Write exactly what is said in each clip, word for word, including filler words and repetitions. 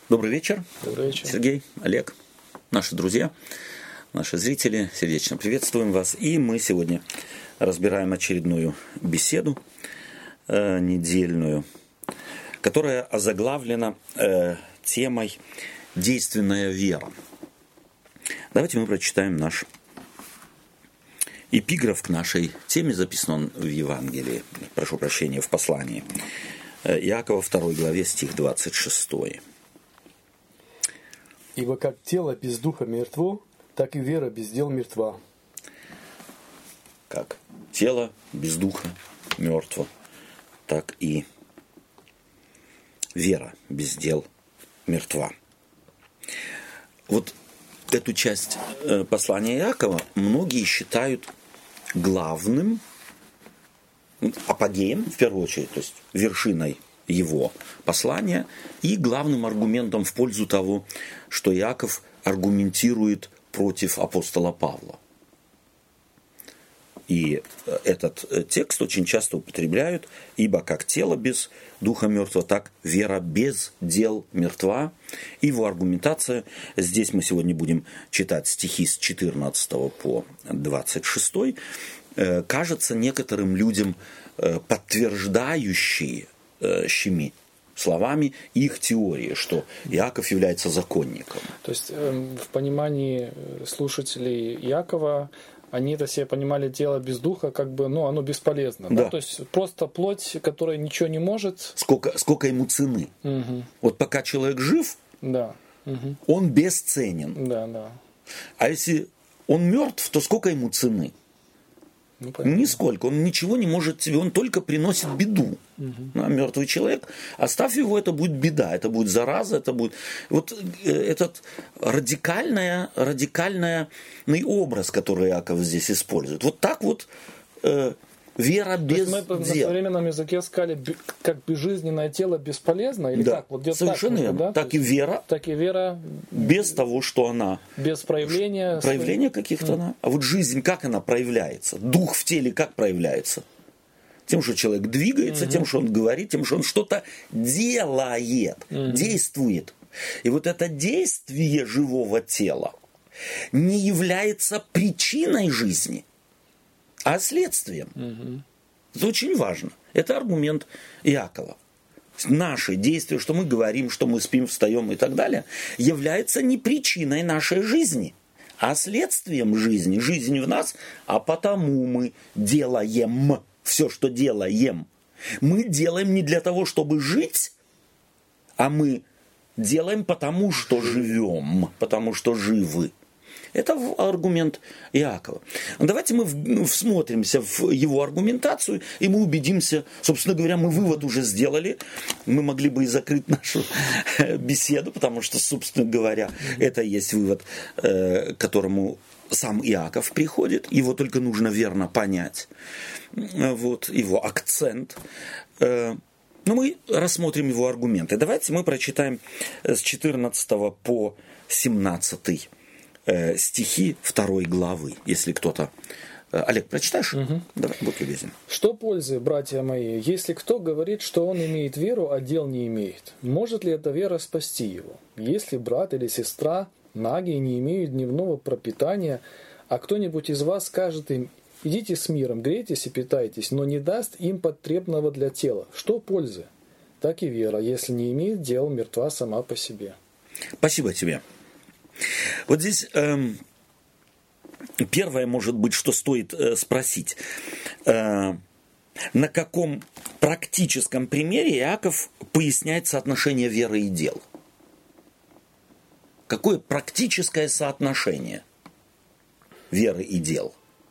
Добрый вечер. Добрый вечер. Сергей, Олег, наши друзья, наши зрители, сердечно приветствуем вас. И мы сегодня разбираем очередную беседу э, недельную, которая озаглавлена э, темой «Действенная вера». Давайте мы прочитаем наш эпиграф к нашей теме, записан он в Евангелии, прошу прощения, в послании Иакова, второй главе, стих двадцать шесть. «Ибо как тело без духа мертво, так и вера без дел мертва». Как тело без духа мертво, так и вера без дел мертва. Вот эту часть послания Иакова многие считают главным апогеем, в первую очередь, то есть вершиной его послания и главным аргументом в пользу того, что Иаков аргументирует против апостола Павла. И этот текст очень часто употребляют, ибо как тело без духа мертва, так вера без дел мертва. И его аргументация, здесь мы сегодня будем читать стихи с четырнадцатого по двадцать шесть, кажется некоторым людям подтверждающими словами их теории, что Иаков является законником. То есть в понимании слушателей Иакова они это себе понимали, тело без духа, как бы, ну, оно бесполезно. Да. Да? То есть просто плоть, которая ничего не может. Сколько, сколько ему цены. Угу. Вот пока человек жив, да. Угу. Он бесценен. Да, да. А если он мертв, то сколько ему цены? Ну, нисколько. Он ничего не может тебе, он только приносит беду. Угу. А мертвый человек, оставь его, это будет беда, это будет зараза, это будет... Вот этот радикальный, радикальный образ, который Иаков здесь использует. Вот так вот э, вера без мы дел. На современном языке сказали, как безжизненное тело бесполезно? Или да, как? Вот совершенно так, верно. Да? Так и вера, так и вера без того, что она... Без проявления... Проявления каких-то mm. она. А вот жизнь, как она проявляется? Дух в теле как проявляется? Тем, что человек двигается, mm-hmm. тем, что он говорит, тем, что он что-то делает, mm-hmm. действует. И вот это действие живого тела не является причиной жизни, а следствием. Mm-hmm. Это очень важно. Это аргумент Иакова. Наши действия, что мы говорим, что мы спим, встаем и так далее, является не причиной нашей жизни, а следствием жизни. Жизнь в нас, а потому мы делаем все, что делаем. Мы делаем не для того, чтобы жить, а мы делаем потому, что живем, потому что живы. Это аргумент Иакова. Давайте мы всмотримся в его аргументацию, и мы убедимся, собственно говоря, мы вывод уже сделали, мы могли бы и закрыть нашу беседу, потому что, собственно говоря, это и есть вывод, к которому сам Иаков приходит, его только нужно верно понять, вот его акцент. Но мы рассмотрим его аргументы. Давайте мы прочитаем с четырнадцатого по семнадцатый стихи второй главы, если кто-то... Олег, прочитаешь? Угу. Давай, будь любезен. «Что пользы, братья мои, если кто говорит, что он имеет веру, а дел не имеет? Может ли эта вера спасти его? Если брат или сестра наги не имеют дневного пропитания, а кто-нибудь из вас скажет им: идите с миром, грейтесь и питайтесь, но не даст им потребного для тела, что пользы? Так и вера, если не имеет дел, мертва сама по себе». Спасибо тебе. Вот здесь э, первое, может быть, что стоит э, спросить. Э, на каком практическом примере Иаков поясняет соотношение веры и дел? Какое практическое соотношение веры и дел?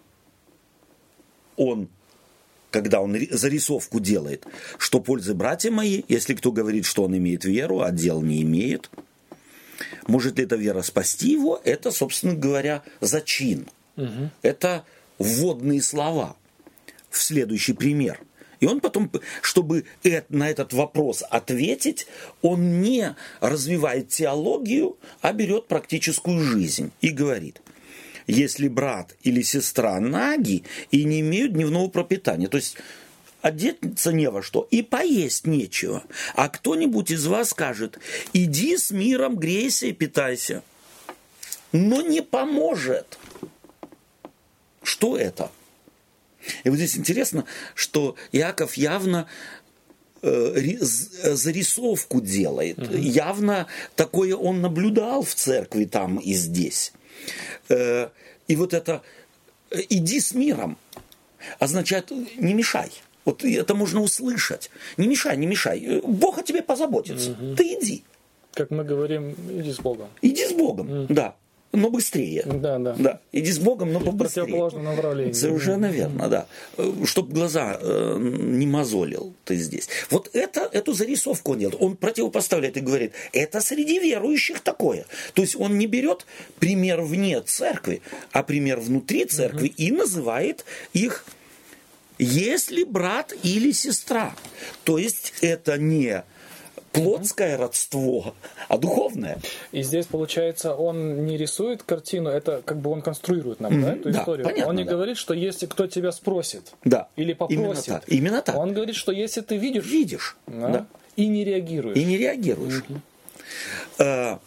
Он, когда он зарисовку делает, что пользы, братья мои, если кто говорит, что он имеет веру, а дел не имеет, может ли эта вера спасти его? Это, собственно говоря, зачин. Угу. Это вводные слова в следующий пример. И он потом, чтобы на этот вопрос ответить, он не развивает теологию, а берет практическую жизнь и говорит: если брат или сестра наги и не имеют дневного пропитания, то есть одеться не во что, и поесть нечего. А кто-нибудь из вас скажет, иди с миром, грейся и питайся. Но не поможет. Что это? И вот здесь интересно, что Иаков явно э, зарисовку делает. Угу. Явно такое он наблюдал в церкви там и здесь. Э, и вот это «иди с миром» означает «не мешай». Вот это можно услышать. Не мешай, не мешай. Бог о тебе позаботится. Угу. Ты иди. Как мы говорим, иди с Богом. Иди с Богом, угу. да. Но быстрее. Да, да. да. Иди с Богом, но побыстрее. В противоположном направлении. Совершенно верно, да. Чтоб глаза э, не мозолил ты здесь. Вот это, эту зарисовку он делает. Он противопоставляет и говорит, это среди верующих такое. То есть он не берет пример вне церкви, а пример внутри церкви, угу. и называет их «если брат или сестра». То есть это не плотское родство, а духовное. И здесь, получается, он не рисует картину, это как бы он конструирует нам, mm-hmm. да, эту да, историю. Понятно, он не да. говорит, что если кто тебя спросит да. или попросит, именно так. Именно так. Он говорит, что если ты видишь, видишь да, да. и не реагируешь. И не реагируешь. Mm-hmm. А,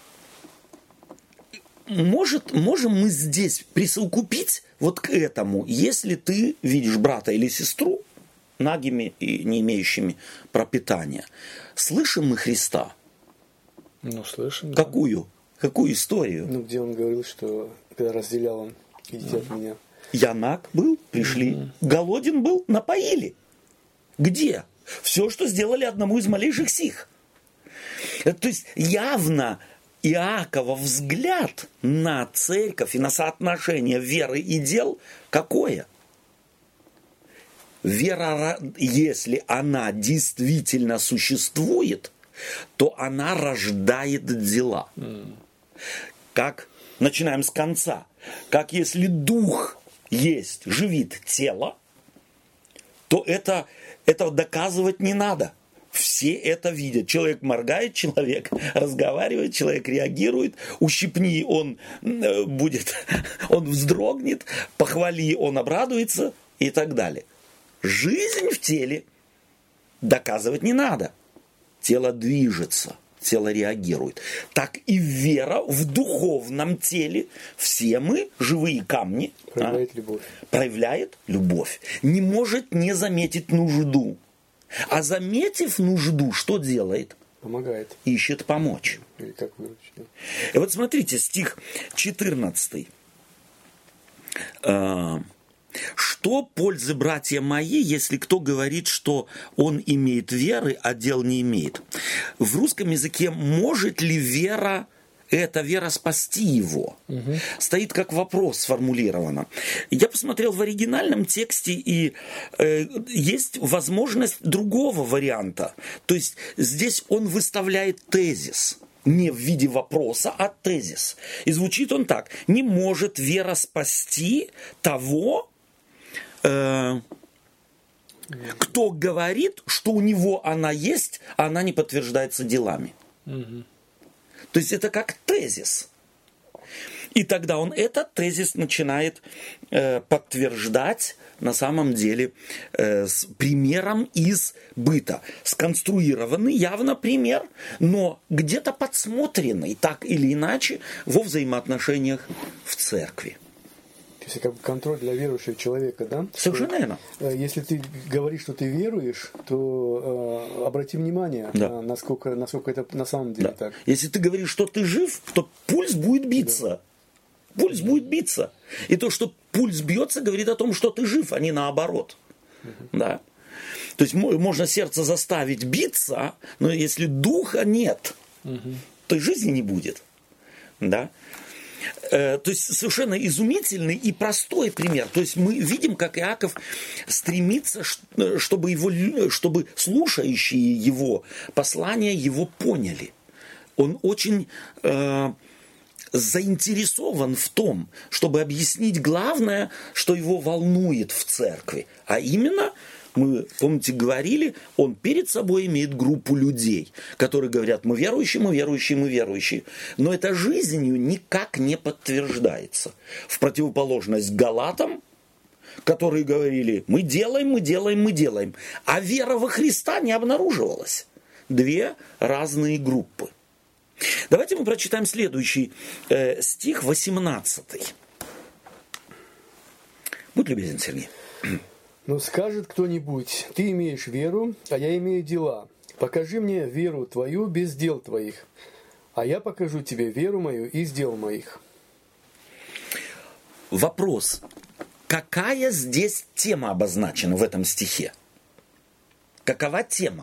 может, можем мы здесь присовокупить вот к этому, если ты видишь брата или сестру, нагими и не имеющими пропитания. Слышим мы Христа? Ну, слышим. Какую? Да. Какую историю? Ну, где он говорил, что когда разделял он, идите от меня. Я наг был, пришли. Mm-hmm. Голоден был, напоили. Где? Все, что сделали одному из малейших сих. То есть явно Иакова взгляд на церковь и на соотношение веры и дел какое? Вера, если она действительно существует, то она рождает дела. Mm. Как, начинаем с конца, как если дух есть, живит тело, то это, это доказывать не надо. Все это видят. Человек моргает, человек разговаривает, человек реагирует. Ущипни, он будет, он вздрогнет, похвали, он обрадуется и так далее. Жизнь в теле доказывать не надо. Тело движется, тело реагирует. Так и вера в духовном теле. Все мы, живые камни, проявляет а, любовь. Проявляет любовь. Не может не заметить нужду. А заметив нужду, что делает? Помогает. Ищет помочь. Или как выручить, да. И вот смотрите, стих четырнадцатый. Что пользы, братья мои, если кто говорит, что он имеет веры, а дел не имеет? В русском языке может ли вера, эта вера спасти его? Угу. Стоит как вопрос сформулировано. Я посмотрел в оригинальном тексте, и э, есть возможность другого варианта. То есть здесь он выставляет тезис. Не в виде вопроса, а тезис. И звучит он так. Не может вера спасти того, э, кто говорит, что у него она есть, а она не подтверждается делами. Угу. То есть это как тезис. И тогда он этот тезис начинает э, подтверждать на самом деле э, с примером из быта. Сконструированный явно пример, но где-то подсмотренный так или иначе во взаимоотношениях в церкви. То есть как бы контроль для верующего человека, да? Совершенно верно. Если ты говоришь, что ты веруешь, то э, обрати внимание, да. на, насколько, насколько это на самом деле да. так. Если ты говоришь, что ты жив, то пульс будет биться. Да. Пульс будет биться. И то, что пульс бьется, говорит о том, что ты жив, а не наоборот. Uh-huh. Да. То есть можно сердце заставить биться, но если духа нет, uh-huh. то и жизни не будет. Да. То есть совершенно изумительный и простой пример. То есть мы видим, как Иаков стремится, чтобы, его, чтобы слушающие его послания его поняли. Он очень э, заинтересован в том, чтобы объяснить главное, что его волнует в церкви. А именно, мы, помните, говорили, он перед собой имеет группу людей, которые говорят, мы верующие, мы верующие, мы верующие. Но это жизнью никак не подтверждается. В противоположность Галатам, которые говорили, мы делаем, мы делаем, мы делаем. А вера во Христа не обнаруживалась. Две разные группы. Давайте мы прочитаем следующий э, стих, восемнадцатый. Будь любезен, Сергей. Но скажет кто-нибудь, ты имеешь веру, а я имею дела. Покажи мне веру твою без дел твоих, а я покажу тебе веру мою из дел моих. Вопрос. Какая здесь тема обозначена в этом стихе? Какова тема?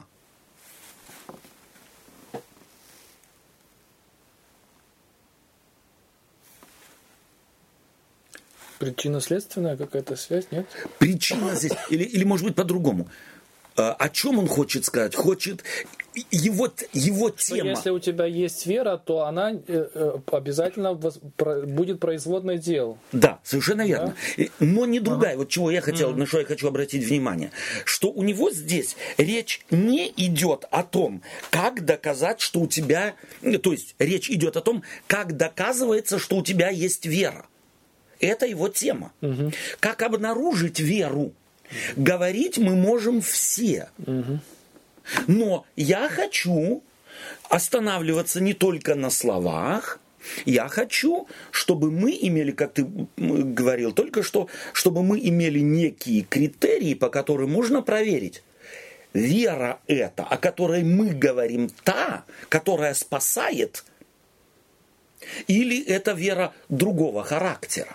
Причинно-следственная какая-то связь, нет? Причина здесь, или, или может быть по-другому. О чем он хочет сказать? Хочет его, его тема. Если у тебя есть вера, то она обязательно будет производной дел. Да, совершенно верно. Да? Но не другая. Ага. Вот чего я хотел, mm. на что я хочу обратить внимание. Что у него здесь речь не идет о том, как доказать, что у тебя... То есть речь идет о том, как доказывается, что у тебя есть вера. Это его тема. Угу. Как обнаружить веру? Говорить мы можем все. Угу. Но я хочу останавливаться не только на словах. Я хочу, чтобы мы имели, как ты говорил только что, чтобы мы имели некие критерии, по которым можно проверить. Вера эта, о которой мы говорим, та, которая спасает, или это вера другого характера.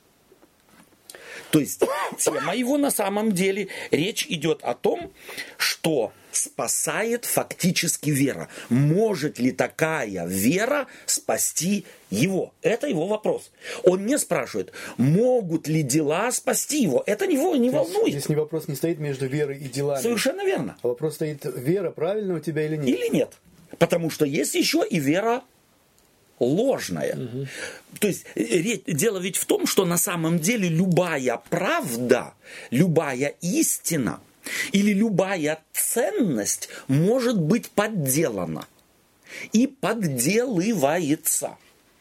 То есть тема его на самом деле, речь идет о том, что спасает фактически вера. Может ли такая вера спасти его? Это его вопрос. Он не спрашивает, могут ли дела спасти его. Это его не волнует. Здесь не вопрос не стоит между верой и делами. Совершенно верно. А вопрос стоит, вера правильная у тебя или нет? Или нет. Потому что есть еще и вера ложная. Угу. То есть дело ведь в том, что на самом деле любая правда, любая истина или любая ценность может быть подделана и подделывается.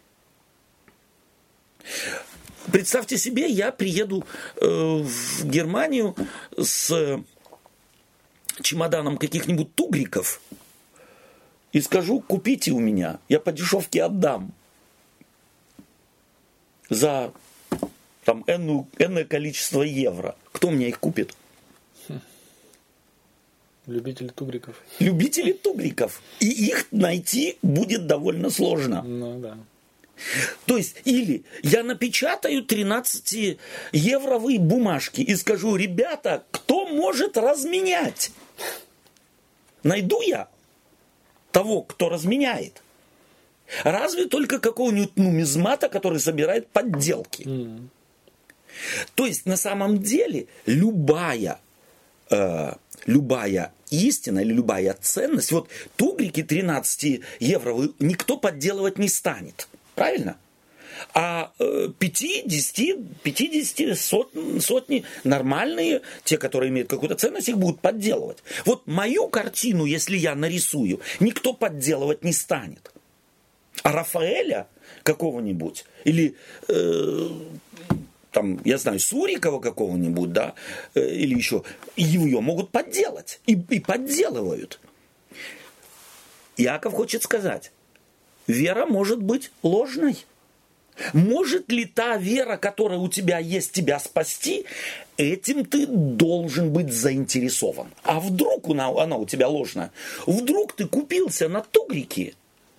Представьте себе, я приеду э, в Германию с чемоданом каких-нибудь тугриков и скажу, купите у меня, я по дешевке отдам за там энную, энное количество евро. Кто мне их купит? Любители тугриков. Любители тугриков. И их найти будет довольно сложно. Ну да. То есть, или я напечатаю тринадцатиевровые бумажки и скажу, ребята, кто может разменять? Найду я того, кто разменяет. Разве только какого-нибудь нумизмата, который собирает подделки. Mm. То есть, на самом деле, любая, э, любая истина или любая ценность, вот тугрики тринадцатиевровые никто подделывать не станет. Правильно? А пятьдесят, пятьдесят, сотни, сотни нормальные, те, которые имеют какую-то ценность, их будут подделывать. Вот мою картину, если я нарисую, никто подделывать не станет. А Рафаэля какого-нибудь, или, э, там, я знаю, Сурикова какого-нибудь, да, э, или еще, ее могут подделать. И, и подделывают. Иаков хочет сказать, вера может быть ложной. Может ли та вера, которая у тебя есть, тебя спасти? Этим ты должен быть заинтересован. А вдруг она, она у тебя ложная? Вдруг ты купился на тугрики?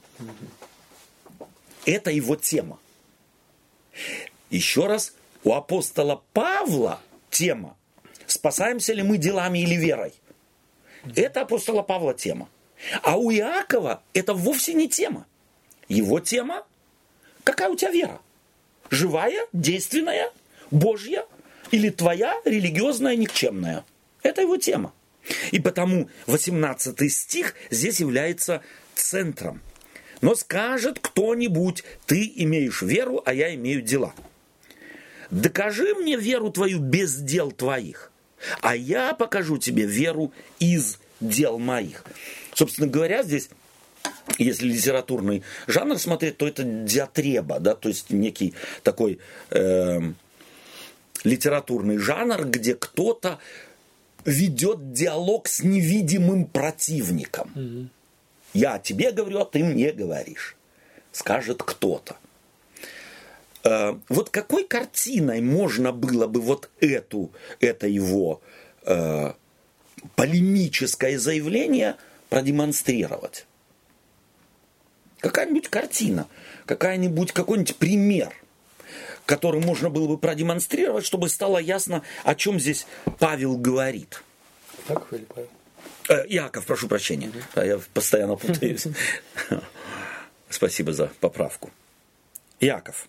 Это его тема. Еще раз, у апостола Павла тема. Спасаемся ли мы делами или верой? Это апостола Павла тема. А у Иакова это вовсе не тема. Его тема – какая у тебя вера? Живая, действенная, Божья или твоя религиозная, никчемная? Это его тема. И потому восемнадцатый стих здесь является центром. Но скажет кто-нибудь, ты имеешь веру, а я имею дела. Докажи мне веру твою без дел твоих, а я покажу тебе веру из дел моих. Собственно говоря, здесь, если литературный жанр смотреть, то это диатреба, да, то есть некий такой э, литературный жанр, где кто-то ведет диалог с невидимым противником. Mm-hmm. Я тебе говорю, а ты мне говоришь. Скажет кто-то. Э, вот какой картиной можно было бы вот эту, это его э, полемическое заявление продемонстрировать? Какая-нибудь картина, какая-нибудь, какой-нибудь пример, который можно было бы продемонстрировать, чтобы стало ясно, о чем здесь Павел говорит. Яков или Павел? Э, Яков, прошу прощения. Mm-hmm. Я постоянно путаюсь. Спасибо за поправку. Яков.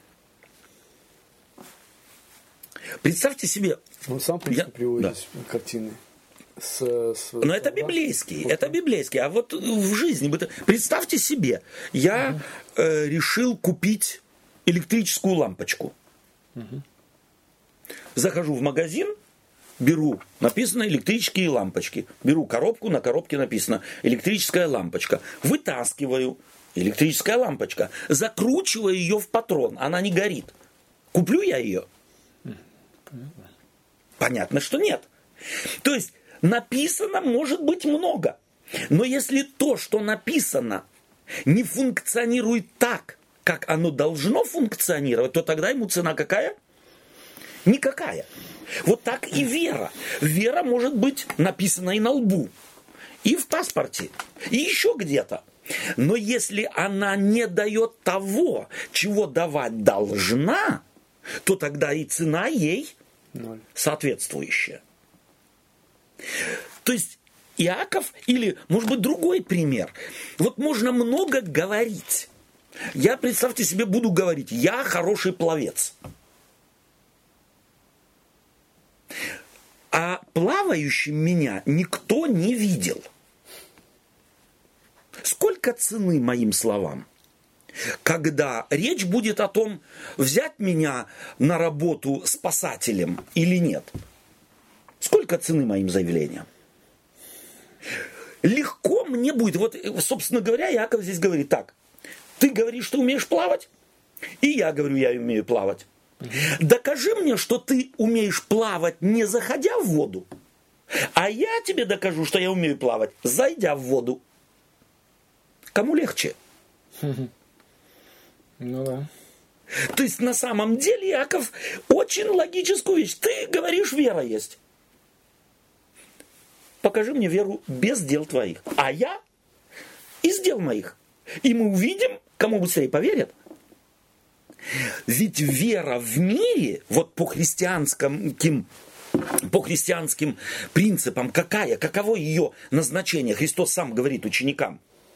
Представьте себе... Он сам, в принципе, приводит здесь картины. С, с, Но это библейский, это библейский. А вот в жизни... Представьте себе, я mm-hmm. э, решил купить электрическую лампочку. Mm-hmm. Захожу в магазин, беру, написано электрические лампочки. Беру коробку, на коробке написано электрическая лампочка. Вытаскиваю, электрическая лампочка. Закручиваю ее в патрон, она не горит. Куплю я ее? Понятно, что нет. То есть написано может быть много. Но если то, что написано, не функционирует так, как оно должно функционировать, то тогда ему цена какая? Никакая. Вот так и вера. Вера может быть написана и на лбу, и в паспорте, и еще где-то. Но если она не дает того, чего давать должна, то тогда и цена ей Ноль. Соответствующая. То есть Иаков, или, может быть, другой пример. Вот можно много говорить. Я, представьте себе, буду говорить, я хороший пловец. А плавающим меня никто не видел. Сколько цены моим словам? Когда речь будет о том, взять меня на работу спасателем или нет. Сколько цены моим заявлениям? Легко мне будет. Вот, собственно говоря, Иаков здесь говорит так. Ты говоришь, что умеешь плавать, и я говорю, я умею плавать. Угу. Докажи мне, что ты умеешь плавать, не заходя в воду, а я тебе докажу, что я умею плавать, зайдя в воду. Кому легче? Угу. Ну да. То есть на самом деле Иаков очень логическую вещь. Ты говоришь, вера есть. Покажи мне веру без дел твоих, а я из дел моих. И мы увидим, кому быстрее поверят. Ведь вера в мире, вот по христианским, по христианским принципам, какая, каково ее назначение? Христос сам говорит ученикам.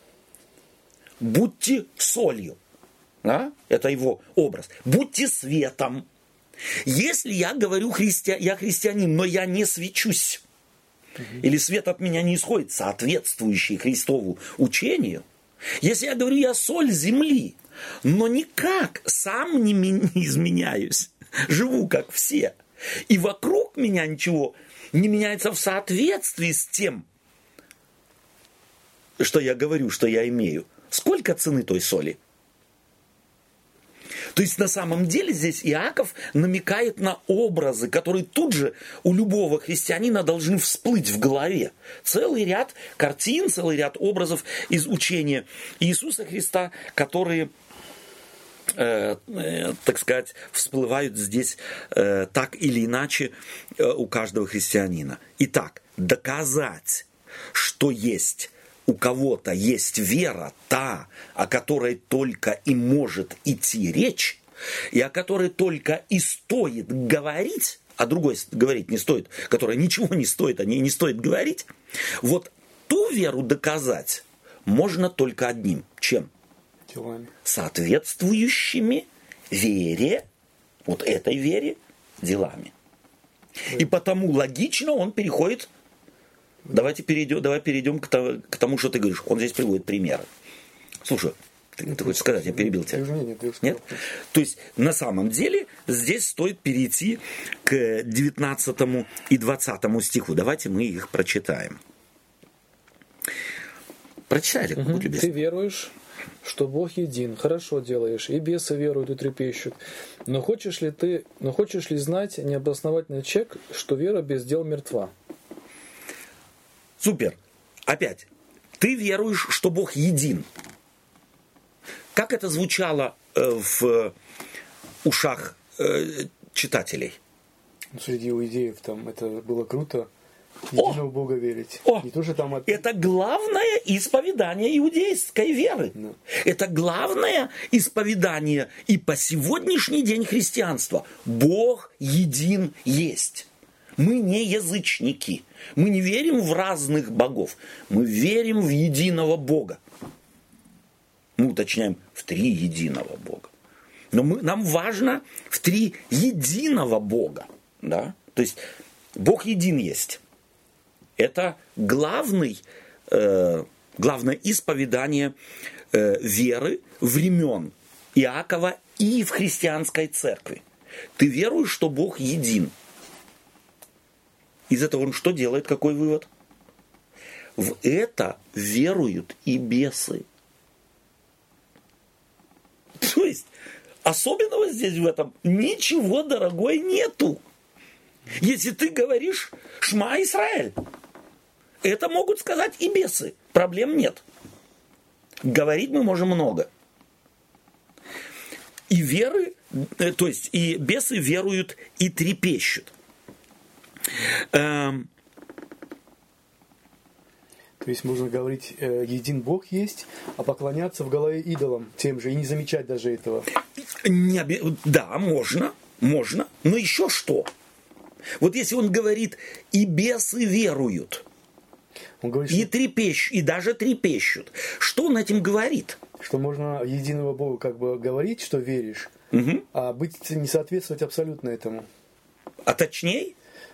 Будьте солью. А? Это его образ. Будьте светом. Если я говорю, христи... я христианин, но я не свечусь, угу. или свет от меня не исходит, соответствующий Христову учению, если я говорю, я соль земли, но никак сам не, ми... не изменяюсь, живу как все, и вокруг меня ничего не меняется в соответствии с тем, что я говорю, что я имею, сколько цены той соли? То есть на самом деле здесь Иаков намекает на образы, которые тут же у любого христианина должны всплыть в голове. Целый ряд картин, целый ряд образов из учения Иисуса Христа, которые, э, э, так сказать, всплывают здесь э, так или иначе э, у каждого христианина. Итак, доказать, что есть у кого-то есть вера, та, о которой только и может идти речь, и о которой только и стоит говорить, а другой говорить не стоит, которая ничего не стоит, о ней не стоит говорить, вот ту веру доказать можно только одним. Чем? Делами. Соответствующими вере, вот этой вере, делами. И потому логично он переходит. Давайте перейдем, давай перейдем к тому, к тому, что ты говоришь. Он здесь приводит примеры. Слушай, ты, ты хочешь сказать, я перебил тебя. Нет, нет, нет? То есть, на самом деле, здесь стоит перейти к девятнадцатому и двадцатому стиху. Давайте мы их прочитаем. Прочитали, угу. будь любезен. Ты веруешь, что Бог един. Хорошо делаешь, и бесы веруют и трепещут. Но хочешь ли ты, но хочешь ли знать необоснованный чек, что вера без дел мертва? Супер. Опять. Ты веруешь, что Бог един. Как это звучало э, в ушах э, читателей? Среди иудеев там это было круто. Единого Бога верить. О! Не то, что там от... Это главное исповедание иудейской веры. Да. Это главное исповедание и по сегодняшний день христианства. Бог един есть. Мы не язычники. Мы не верим в разных богов. Мы верим в единого Бога. Мы уточняем, в три единого Бога. Но мы, нам важно в три единого Бога. Да? То есть Бог един есть. Это главный, э, главное исповедание э, веры времен Иакова и в христианской церкви. Ты веруешь, что Бог един. Из этого он что делает? Какой вывод? В это веруют и бесы. То есть, особенного здесь в этом ничего, дорогой, нету. Если ты говоришь «Шма Исраэль», это могут сказать и бесы. Проблем нет. Говорить мы можем много. И веры, то есть и бесы веруют и трепещут. Эм... То есть можно говорить, э, един Бог есть, а поклоняться в голове идолам тем же и не замечать даже этого. Не оби... Да, можно, можно. Но еще что? Вот если он говорит, и бесы веруют, он говорит, и что... трепещут, и даже трепещут. Что он этим говорит? Что можно единого Бога как бы говорить, что веришь, Угу. а быть не соответствовать абсолютно этому. А точнее?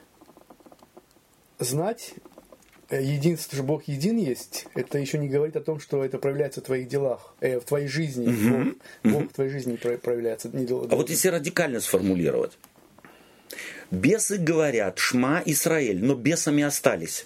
Знать единство, что Бог един есть, это еще не говорит о том, что это проявляется в твоих делах, э, в твоей жизни. Угу. Бог, Бог в твоей жизни проявляется. Не дел... А вот если радикально сформулировать. Бесы говорят «Шма Исраэль», но бесами остались.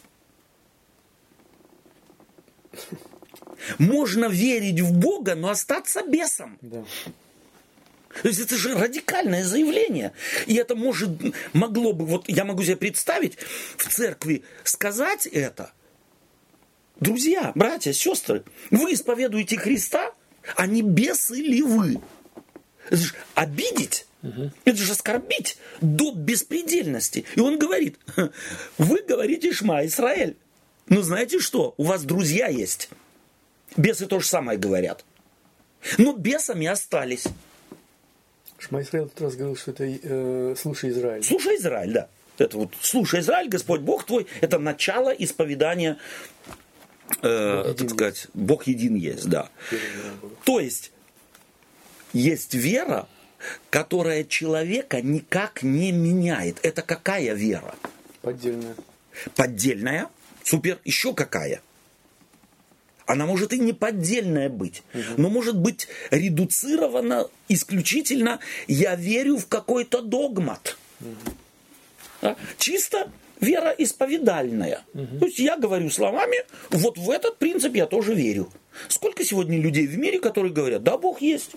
Можно верить в Бога, но остаться бесом. Да. То есть это же радикальное заявление. И это может, могло бы, вот я могу себе представить, в церкви сказать это. Друзья, братья, сестры, вы исповедуете Христа, а не бесы ли вы? Это же обидеть, угу. Это же оскорбить до беспредельности. И он говорит, вы говорите «Шма Исраэль». Но знаете что? У вас друзья есть. Бесы то же самое говорят. Но бесами остались. Шма Исраэль тот раз говорил, что это э, «Слушай, Израиль». Слушай, Израиль, да. Это вот «Слушай, Израиль, Господь Бог твой». Это начало исповедания, э, так сказать, есть. Бог един есть, да. То есть, есть вера, которая человека никак не меняет. Это какая вера? Поддельная. Поддельная? Супер. Еще какая? Она может и не поддельная быть, угу. но может быть редуцирована исключительно «я верю в какой-то догмат». Угу. Да? Чисто вера исповедальная. Угу. То есть я говорю словами, вот в этот принцип я тоже верю. Сколько сегодня людей в мире, которые говорят, да, Бог есть.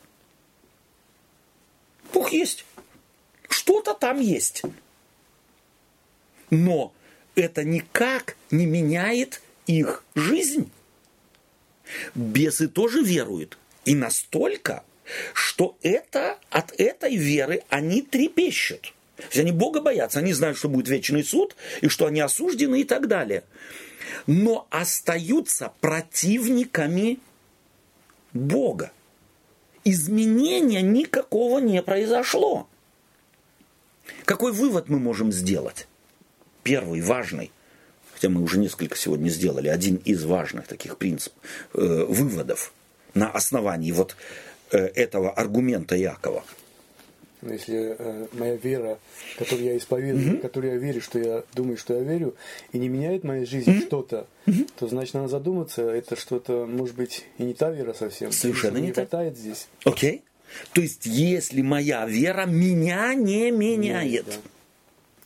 Бог есть. Что-то там есть. Но это никак не меняет их жизнь. Бесы тоже веруют. И настолько, что это, от этой веры они трепещут. То есть они Бога боятся. Они знают, что будет вечный суд, и что они осуждены и так далее. Но остаются противниками Бога. Изменения никакого не произошло. Какой вывод мы можем сделать? Первый, важный. Хотя мы уже несколько сегодня сделали, один из важных таких принципов, э, выводов на основании вот э, этого аргумента Иакова. Если э, моя вера, которую я исповедую, mm-hmm. которую я верю, что я думаю, что я верю, и не меняет в моей жизни mm-hmm. что-то, mm-hmm. то значит надо задуматься, это что-то, может быть, и не та вера совсем. Совершенно не не та. хватает здесь. Окей. Okay. То есть, если моя вера меня не меняет. Нет, да.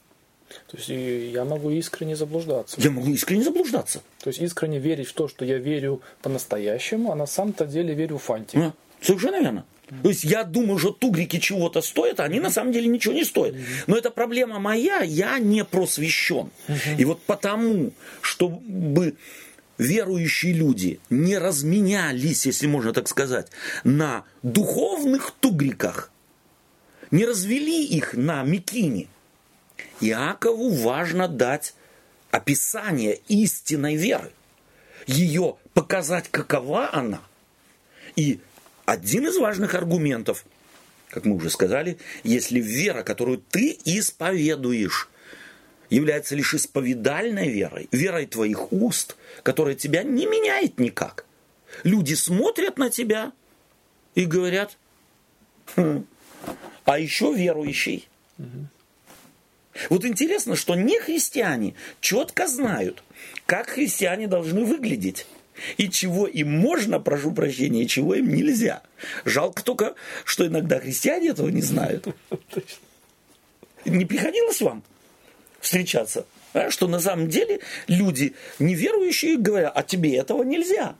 То есть и я могу искренне заблуждаться. Я могу искренне заблуждаться. То есть искренне верить в то, что я верю по-настоящему, а на самом-то деле верю в фантик. А, совершенно верно. То есть я думаю, что тугрики чего-то стоят, а они на самом деле ничего не стоят. Но это проблема моя, я не просвещен. И вот потому, чтобы верующие люди не разменялись, если можно так сказать, на духовных тугриках, не развели их на мекине, Иакову важно дать описание истинной веры, ее показать, какова она. И один из важных аргументов, как мы уже сказали, если вера, которую ты исповедуешь, является лишь исповедальной верой, верой твоих уст, которая тебя не меняет никак. Люди смотрят на тебя и говорят, хм, а еще верующий. Угу. Вот интересно, что не христиане четко знают, как христиане должны выглядеть. И чего им можно, прошу прощения, и чего им нельзя. Жалко только, что иногда христиане этого не знают. Не приходилось вам встречаться, а? Что на самом деле люди неверующие говорят, а тебе этого нельзя.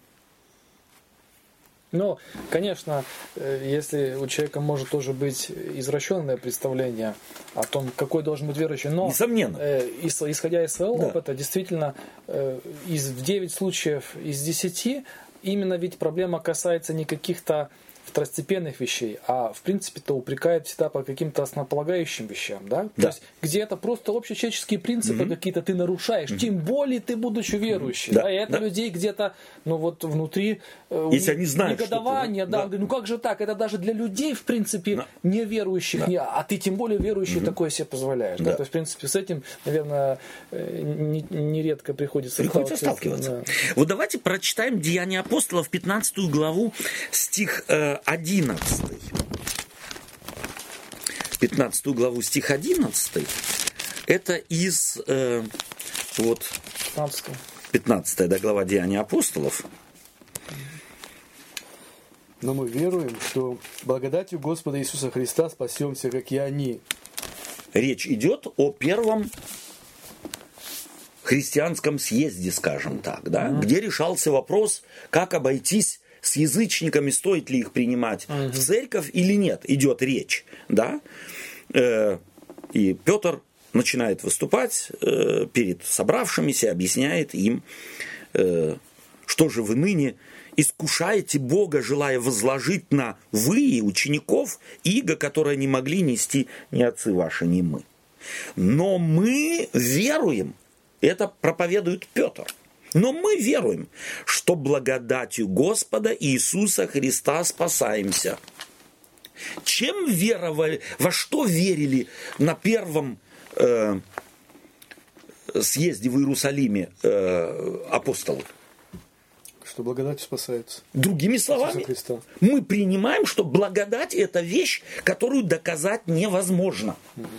Ну, конечно, если у человека может тоже быть извращенное представление о том, какой должен быть верующий, но несомненно. Исходя из своего да. опыта, действительно, из в девять случаев из десяти именно ведь проблема касается не каких-то второстепенных вещей, а в принципе-то упрекает всегда по каким-то основополагающим вещам, да? да. То есть где это просто общечеловеческие принципы mm-hmm. какие-то ты нарушаешь, mm-hmm. тем более ты будучи верующий, да. да, и это да. людей где-то, ну вот внутри если они знают, негодование, да, да. ну как же так, это даже для людей в принципе да. неверующих, да. не, а ты тем более верующий mm-hmm. такое себе позволяешь, да. Да? То есть в принципе с этим, наверное, нередко приходится, приходится сталкиваться. Да. Вот давайте прочитаем Деяния апостолов, пятнадцатую главу, стих одиннадцатый. пятнадцатую главу, стих одиннадцатый. Это из э, вот пятнадцатая да, глава Деяний апостолов. Но мы веруем, что благодатью Господа Иисуса Христа спасемся, как и они. Речь идет о первом христианском съезде, скажем так, да, mm-hmm. где решался вопрос, как обойтись с язычниками, стоит ли их принимать uh-huh. в церковь или нет, идет речь, да, э, и Петр начинает выступать э, перед собравшимися, объясняет им, э, что же вы ныне искушаете Бога, желая возложить на вы, учеников, иго, которое не могли нести ни отцы ваши, ни мы. Но мы веруем, это проповедует Петр. Но мы веруем, что благодатью Господа Иисуса Христа спасаемся. Чем веровали, во что верили на первом э, съезде в Иерусалиме э, апостолы? Что благодатью спасаются. Другими словами, мы принимаем, что благодать – это вещь, которую доказать невозможно.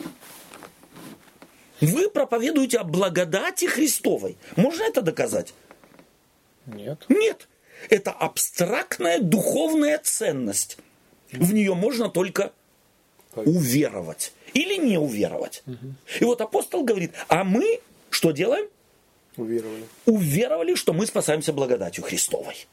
Вы проповедуете о благодати Христовой. Можно это доказать? Нет. Нет. Это абстрактная духовная ценность. В нее можно только уверовать. Или не уверовать. Угу. И вот апостол говорит, а мы что делаем? Уверовали. Уверовали, что мы спасаемся благодатью Христовой.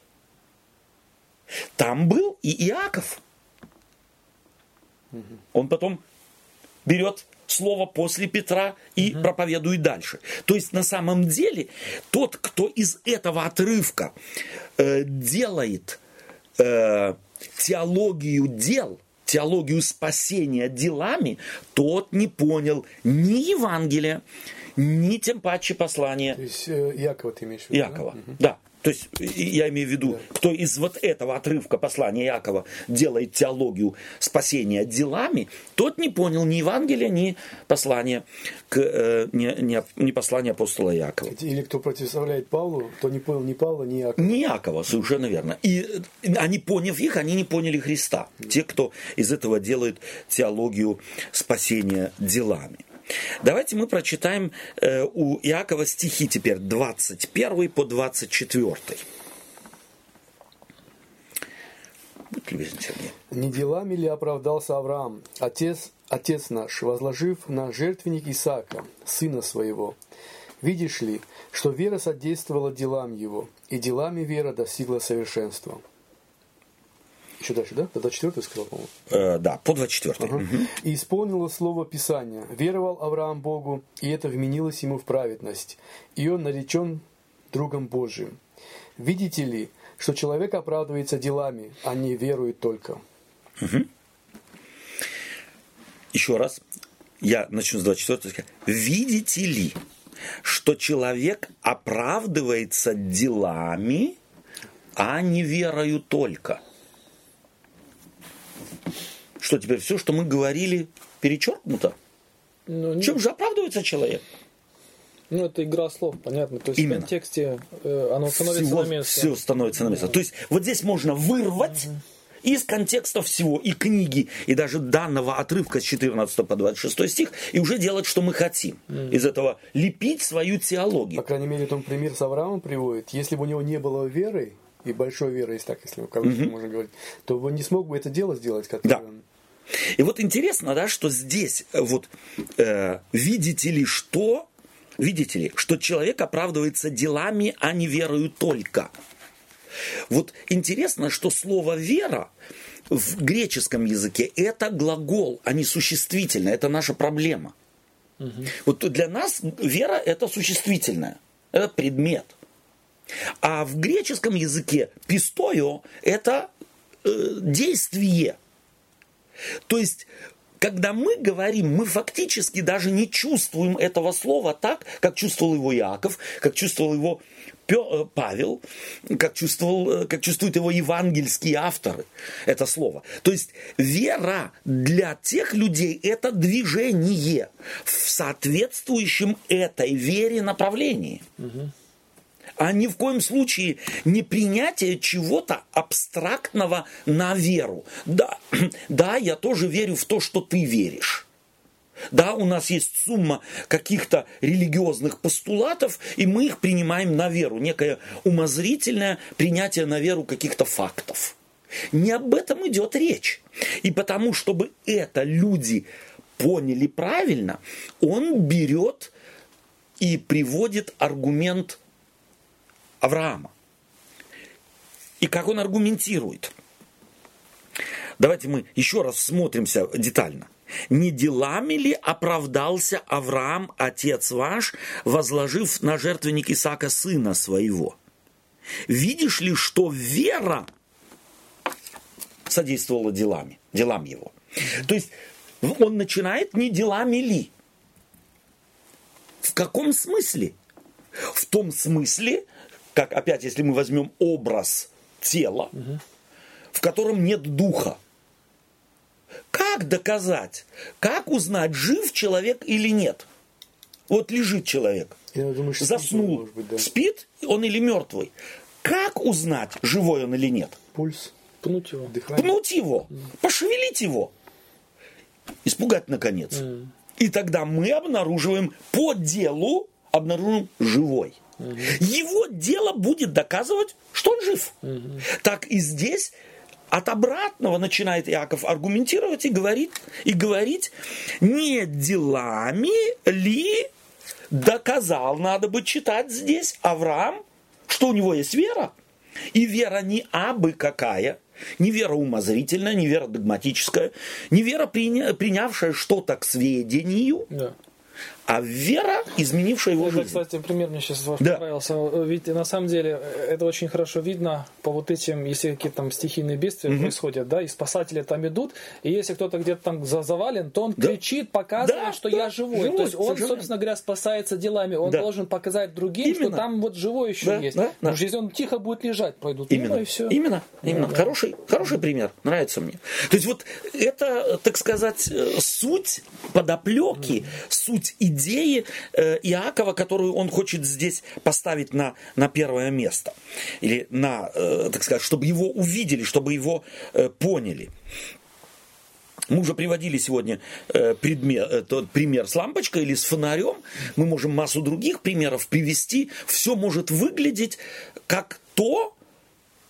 Там был и Иаков. Угу. Он потом берет слово после Петра и угу. проповедует дальше. То есть на самом деле тот, кто из этого отрывка э, делает э, теологию дел, теологию спасения делами, тот не понял ни Евангелия, ни тем паче послания. То есть э, Иакова ты имеешь в виду? Иакова, да. да. То есть я имею в виду, да. кто из вот этого отрывка послания Иакова делает теологию спасения делами, тот не понял ни Евангелия, ни послания, к, э, ни, ни, ни послания апостола Иакова. Или кто противоставляет Павлу, то не понял ни Павла, ни Иакова. Ни Иакова, совершенно верно. И они, поняв их, они не поняли Христа. Да. Те, кто из этого делает теологию спасения делами. Давайте мы прочитаем э, у Иакова стихи теперь двадцать первый по двадцать четвёртый. Будь любезен, Сергей. Не делами ли оправдался Авраам, отец Отец наш, возложив на жертвенник Исаака, сына своего, видишь ли, что вера содействовала делам его, и делами вера достигла совершенства». Еще дальше, да? До двадцать четвёртого сказал, по-моему. Э, да, по двадцать четвёртый. Ага. Угу. «И исполнило слово Писания. Веровал Авраам Богу, и это вменилось ему в праведность. И он наречен другом Божиим. Видите ли, что человек оправдывается делами, а не верует только». Угу. Еще раз. Я начну с двадцать четвёртого. «Видите ли, что человек оправдывается делами, а не верою только». Что теперь все, что мы говорили, перечеркнуто? Ну, Чем же оправдывается человек? Ну, это игра слов, понятно. То есть Именно. в контексте э, оно становится Всего, на место. все становится на место. То есть вот здесь можно вырвать угу. из контекста всего, и книги, и даже данного отрывка с четырнадцатого по двадцать шестой стих, и уже делать, что мы хотим. Угу. Из этого лепить свою теологию. По крайней мере, он пример с Авраамом приводит. Если бы у него не было веры, и большой веры, если так, если в кавычках угу. можно говорить, то он не смог бы это дело сделать, которое да. он... И вот интересно, да, что здесь, вот, э, видите ли, что, видите ли, что человек оправдывается делами, а не верою только. Вот интересно, что слово «вера» в греческом языке – это глагол, а не существительное, это наша проблема. Угу. Вот для нас вера – это существительное, это предмет. А в греческом языке «пистойо» – это э, действие. То есть, когда мы говорим, мы фактически даже не чувствуем этого слова так, как чувствовал его Иаков, как чувствовал его Павел, как, чувствовал, как чувствуют его евангельские авторы, это слово. То есть, вера для тех людей – это движение в соответствующем этой вере направлении. Угу. А ни в коем случае не принятие чего-то абстрактного на веру. Да, да, я тоже верю в то, что ты веришь. Да, у нас есть сумма каких-то религиозных постулатов, и мы их принимаем на веру. Некое умозрительное принятие на веру каких-то фактов. Не об этом идет речь. И потому, чтобы это люди поняли правильно, он берет и приводит аргумент Авраама. И как он аргументирует. Давайте мы еще раз всмотримся детально. «Не делами ли оправдался Авраам, отец ваш, возложив на жертвенник Исаака сына своего? Видишь ли, что вера содействовала делами, делам его?» То есть он начинает «не делами ли». В каком смысле? В том смысле, как опять, если мы возьмем образ тела, угу. в котором нет духа. Как доказать? Как узнать, жив человек или нет? Вот лежит человек, Я думаю, что заснул, может быть, да. спит он или мертвый. Как узнать, живой он или нет? Пульс. Пнуть его. Дыхание. Пнуть его, mm. пошевелить его, испугать наконец. Mm. И тогда мы обнаруживаем по делу, обнаруживаем живой. Mm-hmm. Его дело будет доказывать, что он жив. Mm-hmm. Так и здесь от обратного начинает Иаков аргументировать и говорить, и говорить, не делами ли доказал, надо бы читать здесь Авраам, что у него есть вера. И вера не абы какая, не вера умозрительная, не вера догматическая, не вера, приня, принявшая что-то к сведению, да. а вера, изменившая его это, жизнь. Кстати, пример мне сейчас ваш да. понравился. Ведь на самом деле это очень хорошо видно по вот этим, если какие-то там стихийные бедствия mm-hmm. происходят, да, и спасатели там идут, и если кто-то где-то там завален, то он да. кричит, показывает, да, что да, я живой. живой. То есть он, Совершенно. собственно говоря, спасается делами. Он да. должен показать другим, Именно. что там вот живой еще да, есть. Да, да. Потому что если он тихо будет лежать, пройдут Именно. мимо, и все. Именно. Именно. Да, хороший, да. хороший пример. Нравится мне. То есть вот это, так сказать, суть подоплеки, mm-hmm. суть идеи Иакова, которую он хочет здесь поставить на, на первое место. Или на, э, так сказать, чтобы его увидели, чтобы его э, поняли. Мы уже приводили сегодня э, предмет, э, тот пример с лампочкой или с фонарем. Мы можем массу других примеров привести. Все может выглядеть как то,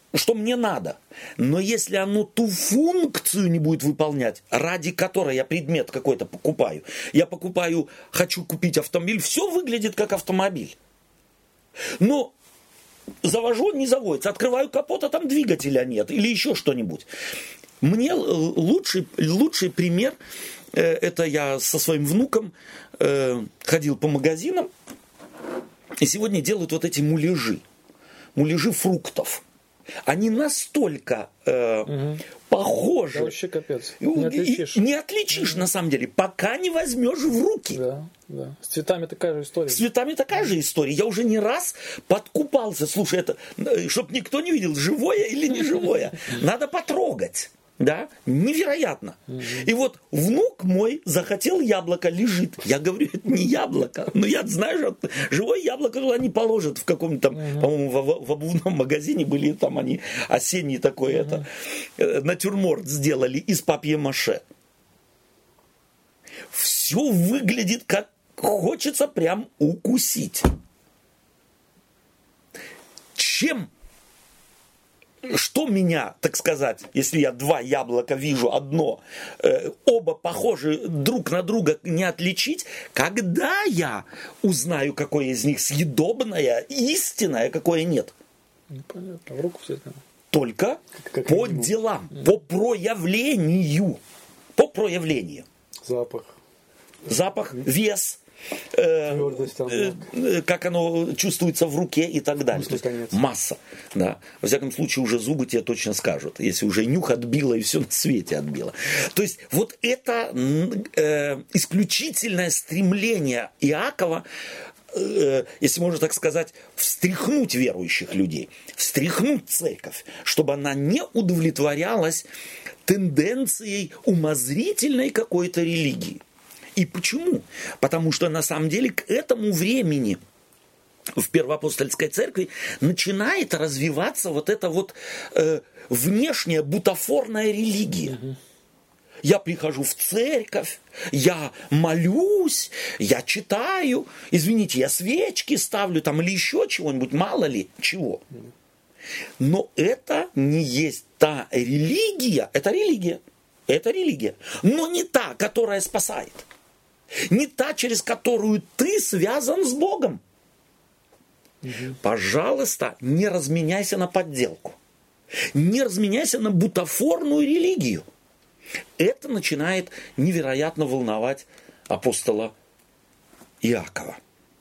что мне надо. Но если оно ту функцию не будет выполнять, ради которой я предмет какой-то покупаю, я покупаю, хочу купить автомобиль, все выглядит как автомобиль. Но завожу, не заводится, открываю капот, а там двигателя нет, или еще что-нибудь. Мне лучший, лучший пример, э, это я со своим внуком э, ходил по магазинам, и сегодня делают вот эти муляжи, муляжи фруктов. Они настолько э, угу. похожи. Да, вообще капец. Не отличишь. Не отличишь, угу. на самом деле, пока не возьмешь в руки. Да, да. С цветами такая же история. С цветами такая же история. Я уже не раз подкупался. Слушай, это, чтобы никто не видел, живое или не живое. Надо потрогать. Да, невероятно. Угу. И вот внук мой захотел яблоко, лежит. Я говорю, это не яблоко. Но я знаю, что живое яблоко туда не положат в каком-то, угу. по-моему, в, в обувном магазине были там они осенний такой угу. это натюрморт сделали из папье-маше. Все выглядит как хочется прям укусить. Чем? Что меня, так сказать, если я два яблока вижу, одно, э, оба похожи друг на друга, не отличить, когда я узнаю, какое из них съедобное, истинное, какое нет? Непонятно, в руку все это. Только как, как по минимум. Делам, mm. по проявлению, по проявлению. Запах. Запах, вес. Э, э, как оно чувствуется в руке и так далее. То есть масса. Да. Во всяком случае, уже зубы тебе точно скажут, если уже нюх отбило и все на свете отбило. То есть вот это э, исключительное стремление Иакова, э, если можно так сказать, встряхнуть верующих людей, встряхнуть церковь, чтобы она не удовлетворялась тенденцией умозрительной какой-то религии. И почему? Потому что на самом деле к этому времени в Первоапостольской церкви начинает развиваться вот эта вот э, внешняя бутафорная религия. Угу. Я прихожу в церковь, я молюсь, я читаю, извините, я свечки ставлю там или еще чего-нибудь, мало ли чего. Но это не есть та религия, это религия, это религия, но не та, которая спасает. Не та, через которую ты связан с Богом. Угу. Пожалуйста, не разменяйся на подделку. Не разменяйся на бутафорную религию. Это начинает невероятно волновать апостола Иакова.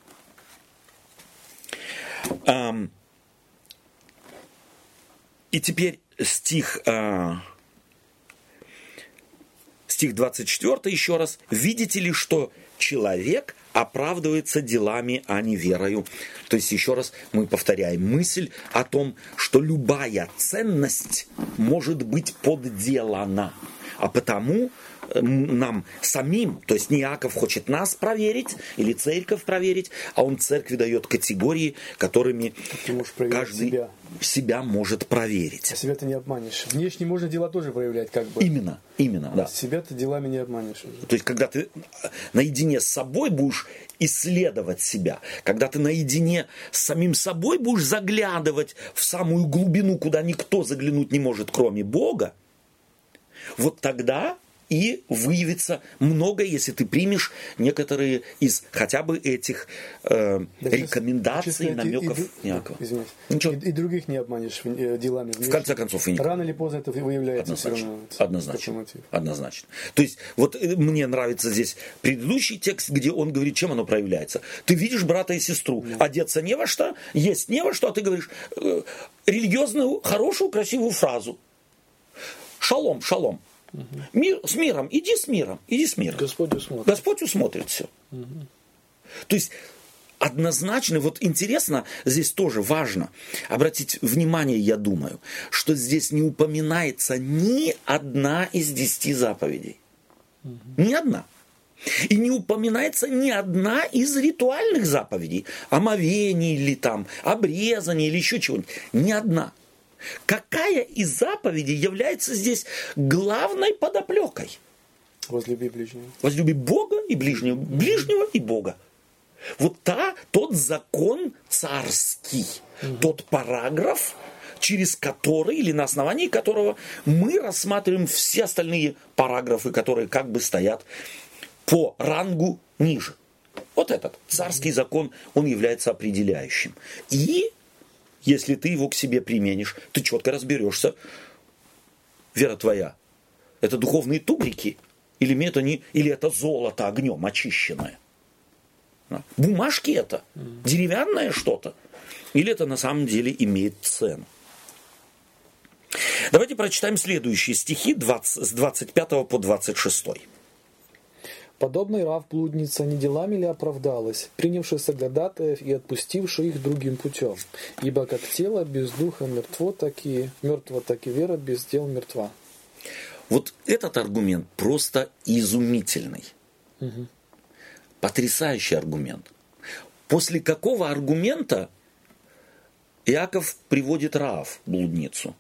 И теперь стих... Стих двадцать четвёртый еще раз. «Видите ли, что человек оправдывается делами, а не верою». То есть, еще раз мы повторяем мысль о том, что любая ценность может быть подделана. А потому нам самим, то есть не Иаков хочет нас проверить или церковь проверить, а он церкви дает категории, которыми каждый себя. себя может проверить. А себя ты не обманешь. Внешне можно дела тоже проявлять как бы. Именно, именно, да. Себя ты делами не обманешь. Уже. То есть когда ты наедине с собой будешь исследовать себя, когда ты наедине с самим собой будешь заглядывать в самую глубину, куда никто заглянуть не может, кроме Бога, вот тогда и выявится многое, если ты примешь некоторые из хотя бы этих э, да, рекомендаций, честно, намеков Иакова. И, и других не обманешь делами. В конце концов, и рано или поздно это выявляется. Однозначно. Однозначно. Однозначно. То есть, вот мне нравится здесь предыдущий текст, где он говорит, чем оно проявляется. Ты видишь брата и сестру, да. одеться не во что, есть не во что, а ты говоришь э, религиозную, хорошую, красивую фразу. Шалом, шалом. Угу. Мир, с миром, иди с миром, иди с миром. Господь усмотрит. Господь усмотрит все. Угу. То есть однозначно, вот интересно, здесь тоже важно обратить внимание, я думаю, что здесь не упоминается ни одна из десяти заповедей. Угу. Ни одна. И не упоминается ни одна из ритуальных заповедей. Омовение или там, обрезание или еще чего-нибудь. Ни одна. Какая из заповедей является здесь главной подоплекой? Возлюби ближнего. Возлюби Бога и ближнего. Ближнего и Бога. Вот та, тот закон царский, угу. тот параграф, через который или на основании которого мы рассматриваем все остальные параграфы, которые как бы стоят по рангу ниже. Вот этот царский закон, он является определяющим. И если ты его к себе применишь, ты четко разберешься, вера твоя, это духовные тугрики, или это, не, или это золото огнем очищенное. Бумажки это, деревянное что-то, или это на самом деле имеет цену. Давайте прочитаем следующие стихи двадцать, с двадцать пятого по двадцать шестой. Подобный Рав блудница не делами ли оправдалась, принявши соглядатаев и отпустивши их другим путем? Ибо как тело без духа мертво, так и мертво, так и вера без дел мертва. Вот этот аргумент просто изумительный. Угу. Потрясающий аргумент. После какого аргумента Иаков приводит Раав, блудницу?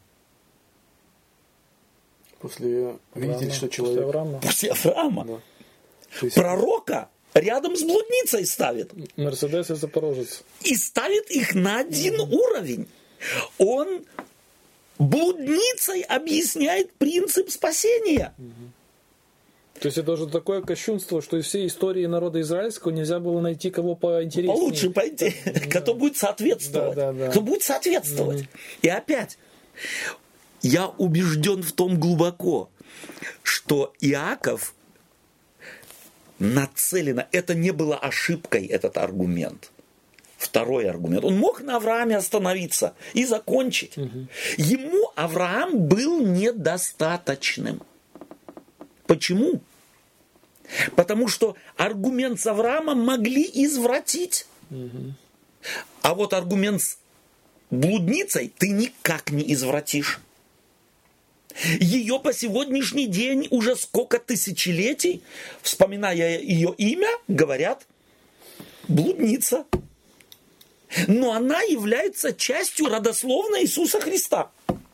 После видеть, что человек... После Авраама. После Авраама. Да. Есть... Пророка рядом с блудницей ставит. Мерседес и Запорожец. И ставит их на один уровень. Он блудницей объясняет принцип спасения. То есть это уже такое кощунство, что из всей истории народа израильского нельзя было найти кого поинтереснее. Получше пойти, да. Кто будет соответствовать. Да, да, да. Кто будет соответствовать. Mm-hmm. И опять, я убежден в том глубоко, что Иаков нацеленно, это не было ошибкой, этот аргумент. Второй аргумент. Он мог на Аврааме остановиться и закончить. Mm-hmm. Ему Авраам был недостаточным. Почему? Потому что аргумент с Авраамом могли извратить. Угу. А вот аргумент с блудницей ты никак не извратишь. Ее по сегодняшний день уже сколько тысячелетий, вспоминая ее имя, говорят блудница. Но она является частью родословной Иисуса Христа.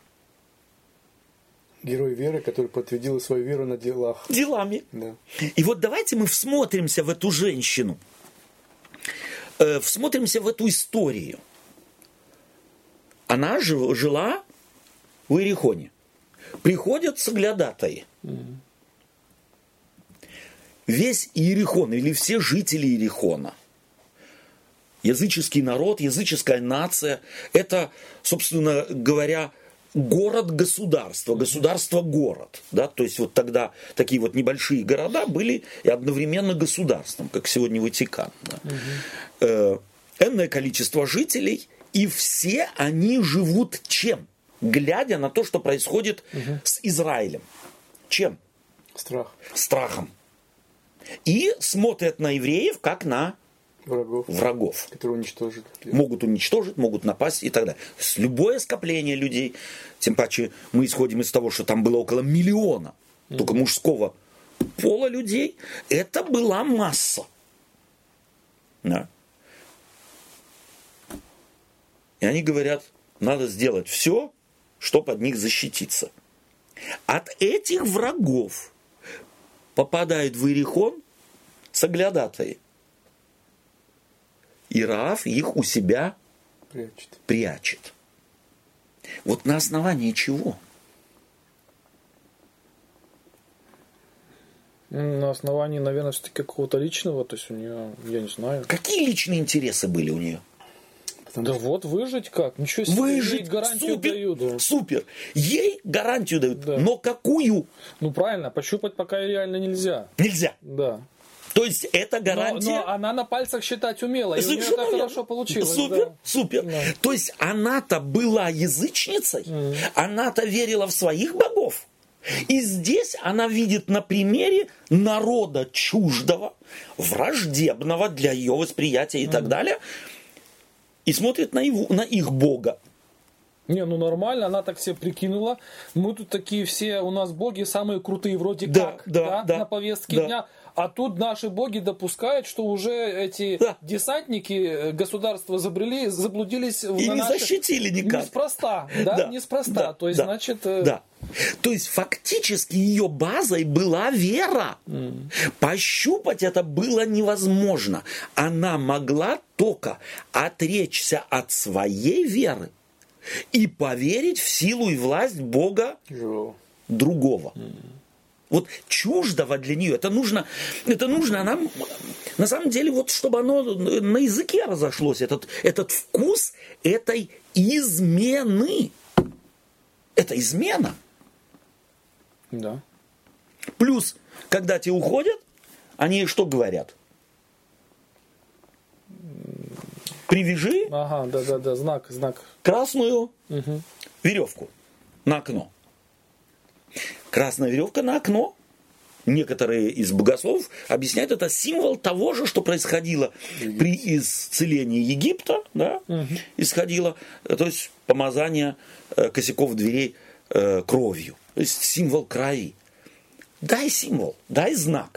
Герой веры, который подтвердил свою веру на делах. Делами. Да. И вот давайте мы всмотримся в эту женщину. Э, всмотримся в эту историю. Она жила в Иерихоне. Приходят соглядатаи. Mm-hmm. Весь Иерихон, или все жители Иерихона, языческий народ, языческая нация, это, собственно говоря, город-государство, государство-город. Да? То есть вот тогда такие вот небольшие города были и одновременно государством, как сегодня Ватикан. Да? Угу. Э, энное количество жителей, и все они живут чем? Глядя на то, что происходит угу. с Израилем. Чем? Страх. Страхом. И смотрят на евреев как на Врагов, врагов, которые уничтожат. Могут уничтожить, могут напасть и так далее. С любое скопление людей, тем паче мы исходим из того, что там было около миллиона mm-hmm. только мужского пола людей, это была масса. Да. И они говорят, надо сделать все, чтобы от них защититься. От этих врагов попадают в Иерихон соглядатаи. И Раав их у себя прячет. прячет. Вот на основании чего? На основании, наверное, все-таки какого-то личного, то есть у нее, я не знаю. Какие личные интересы были у нее? Потому да что... вот выжить как? Ничего себе, выжить, ей гарантию супер, дают. Да. Супер. Ей гарантию дают. Да. Но какую? Ну правильно, пощупать пока реально нельзя. Нельзя. Да. То есть это гарантия... Но, но она на пальцах считать умела, и у нее это хорошо получилось. Супер, да. супер. Да. То есть она-то была язычницей, mm. она-то верила в своих богов. И здесь она видит на примере народа чуждого, враждебного для ее восприятия и mm. так далее, и смотрит на, его, на их бога. Не, ну нормально, она так себе прикинула. Мы тут такие все, у нас боги самые крутые вроде да, как, да, да, да, на повестке да. дня. А тут наши боги допускают, что уже эти да. десантники государства забрели, заблудились в и на не наших... защитили никак. Неспроста, да, да, неспроста. Да, То есть, да, значит... Да. То есть, фактически ее базой была вера. Mm. Пощупать это было невозможно. Она могла только отречься от своей веры и поверить в силу и власть Бога Живого. другого. Вот чуждого для нее. Это нужно, это нужно нам, на самом деле, вот чтобы оно на языке разошлось, этот, этот вкус этой измены. Это измена. Да. Плюс, когда те уходят, они что говорят? Привяжи Ага, да-да-да, знак, знак. красную Угу. веревку на окно. Красная веревка на окно. Некоторые из богословов объясняют, это символ того же, что происходило при исцелении Египта, да, угу. исходило, то есть помазание э, косяков дверей э, кровью. То есть символ крови. Дай символ, дай знак.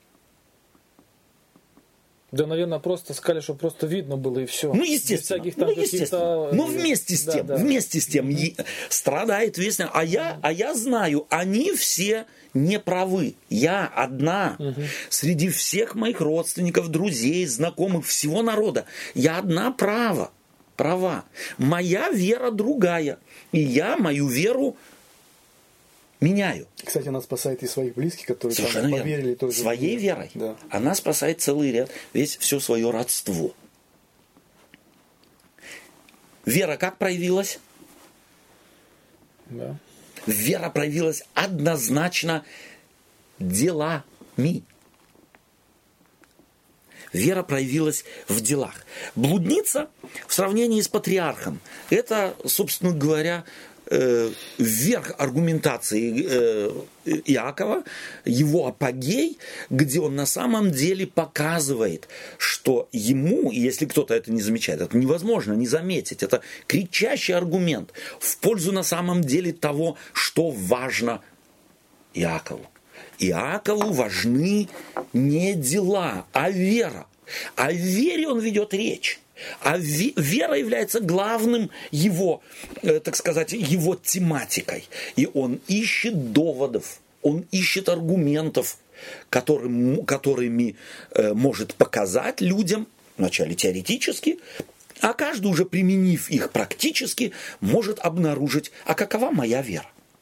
Да, наверное, просто сказали, что просто видно было и все. Ну, естественно. Ну, естественно. Но вместе с тем, да, да. вместе с тем mm-hmm. страдает весь... А я, а я знаю, они все не правы. Я одна. Mm-hmm. Среди всех моих родственников, друзей, знакомых, всего народа. Я одна права. Права. Моя вера другая. И я мою веру меняю. Кстати, она спасает и своих близких, которые там поверили тоже. Своей верой. Да. Она спасает целый ряд, весь, все свое родство. Вера как проявилась? Да. Вера проявилась однозначно делами. Вера проявилась в делах. Блудница в сравнении с патриархом, это, собственно говоря, вверх аргументации Иакова, его апогей, где он на самом деле показывает, что ему, если кто-то это не замечает, это невозможно не заметить, это кричащий аргумент в пользу на самом деле того, что важно Иакову. Иакову важны не дела, а вера. О вере он ведет речь. А вера является главным его, э, так сказать, его тематикой. И он ищет доводов, он ищет аргументов, которым, которыми э, может показать людям, вначале теоретически, а каждый, уже применив их практически, может обнаружить, а какова моя вера.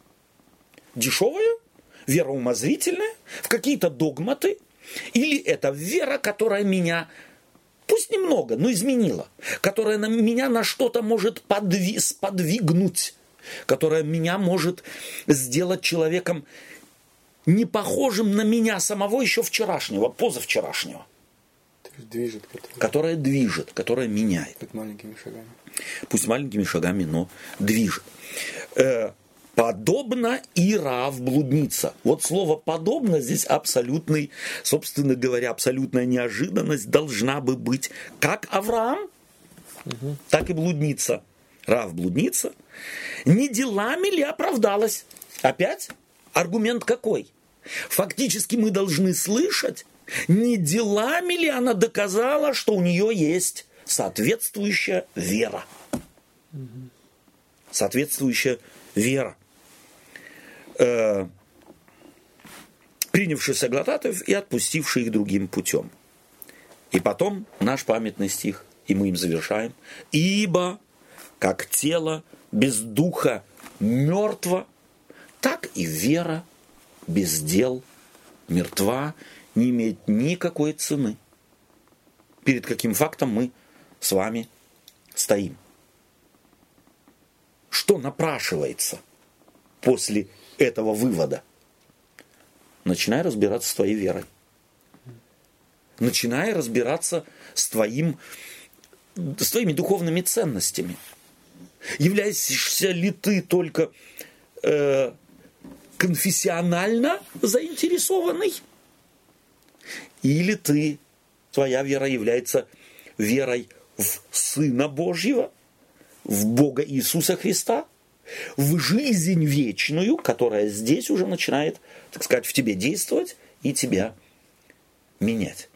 Дешевая, вера умозрительная, в какие-то догматы, или это вера, которая меня... Пусть немного, но изменила, которая на меня на что-то может подви, сподвигнуть, которая меня может сделать человеком не похожим на меня самого еще вчерашнего, позавчерашнего. Движет, которая... которая движет, которая меняет. Пусть маленькими шагами. Пусть маленькими шагами, но движет. Э, подобно и Раав блудница. Вот слово «подобно» здесь абсолютный, собственно говоря, абсолютная неожиданность должна бы быть как Авраам, угу. так и блудница. Раав блудница. Не делами ли оправдалась? Опять аргумент какой? Фактически мы должны слышать, не делами ли она доказала, что у нее есть соответствующая вера. Угу. Соответствующая вера. Э, принявший соглядатаев и отпустивший их другим путем. И потом наш памятный стих, и мы им завершаем. Ибо как тело без духа мертво, так и вера без дел мертва, не имеет никакой цены. Перед каким фактом мы с вами стоим? Что напрашивается после этого вывода? Начинай разбираться с твоей верой. Начинай разбираться с, твоим, с твоими духовными ценностями. Являешься ли ты только э, конфессионально заинтересованный? Или ты, твоя вера является верой в Сына Божьего, в Бога Иисуса Христа, в жизнь вечную, которая здесь уже начинает, так сказать, в тебе действовать и тебя менять.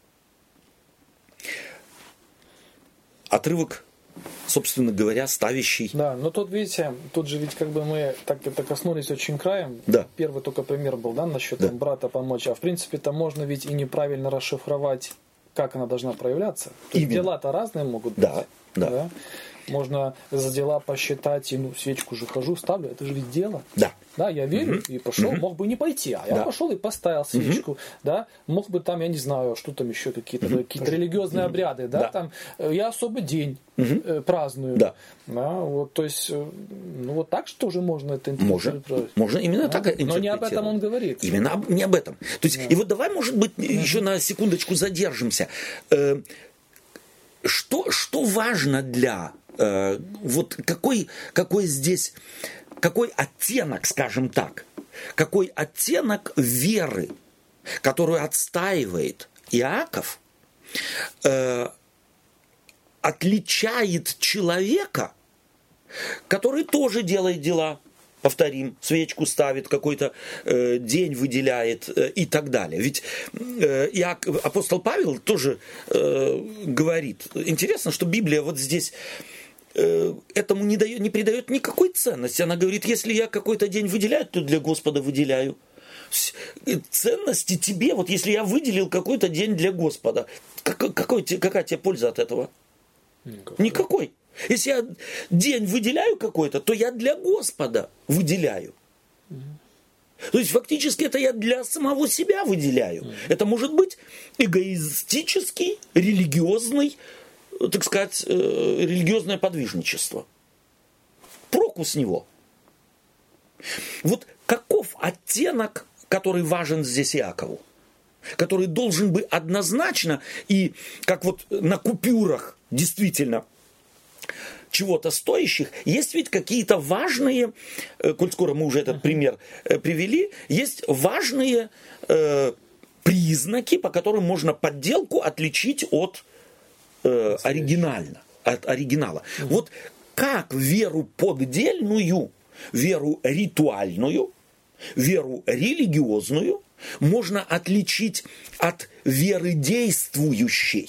Отрывок, собственно говоря, ставящий... Да, но тут, видите, тут же ведь как бы мы так это коснулись очень краем. Да. Первый только пример был, да, насчет да. там, брата помочь. А в принципе-то можно ведь и неправильно расшифровать, как она должна проявляться. Дела-то разные могут быть. Да, да. да? можно за дела посчитать, и ну, свечку же хожу, ставлю, это же ведь дело. Да. Да, я верю Угу. и пошел, Угу. мог бы не пойти, а я Да. пошел и поставил свечку, угу. да, мог бы там, я не знаю, что там еще какие-то, угу. какие-то религиозные обряды, да, Да. там, я особый день Угу. э, праздную, Да. да, вот, то есть, э, ну вот так что же можно это Можно, интерпретировать? можно именно Да? так Но интерпретировать. не об этом он говорит. Именно об- не об этом. То есть, и вот давай, может быть, еще на секундочку задержимся. Э, Что, что важно для... э, вот какой, какой здесь... Какой оттенок, скажем так, какой оттенок веры, которую отстаивает Иаков, э, отличает человека, который тоже делает дела, повторим, свечку ставит, какой-то э, день выделяет э, и так далее. Ведь э, Иак, апостол Павел тоже э, говорит, интересно, что Библия вот здесь э, этому не, дает, не придает никакой ценности. Она говорит, если я какой-то день выделяю, то для Господа выделяю. Ценности тебе, вот если я выделил какой-то день для Господа, как, какой, какая тебе польза от этого? Никакой. Никакой. Если я день выделяю какой-то, то я для Господа выделяю. Mm. То есть фактически это я для самого себя выделяю. Mm. Это может быть эгоистический, религиозный, так сказать, религиозное подвижничество. Проку с него. Вот каков оттенок, который важен здесь Иакову? Который должен быть однозначно и как вот на купюрах действительно чего-то стоящих, есть ведь какие-то важные, коль скоро мы уже этот пример привели, есть важные э, признаки, по которым можно подделку отличить от э, оригинально, от оригинала. Mm-hmm. Вот как веру поддельную, веру ритуальную, веру религиозную можно отличить от веры действующей,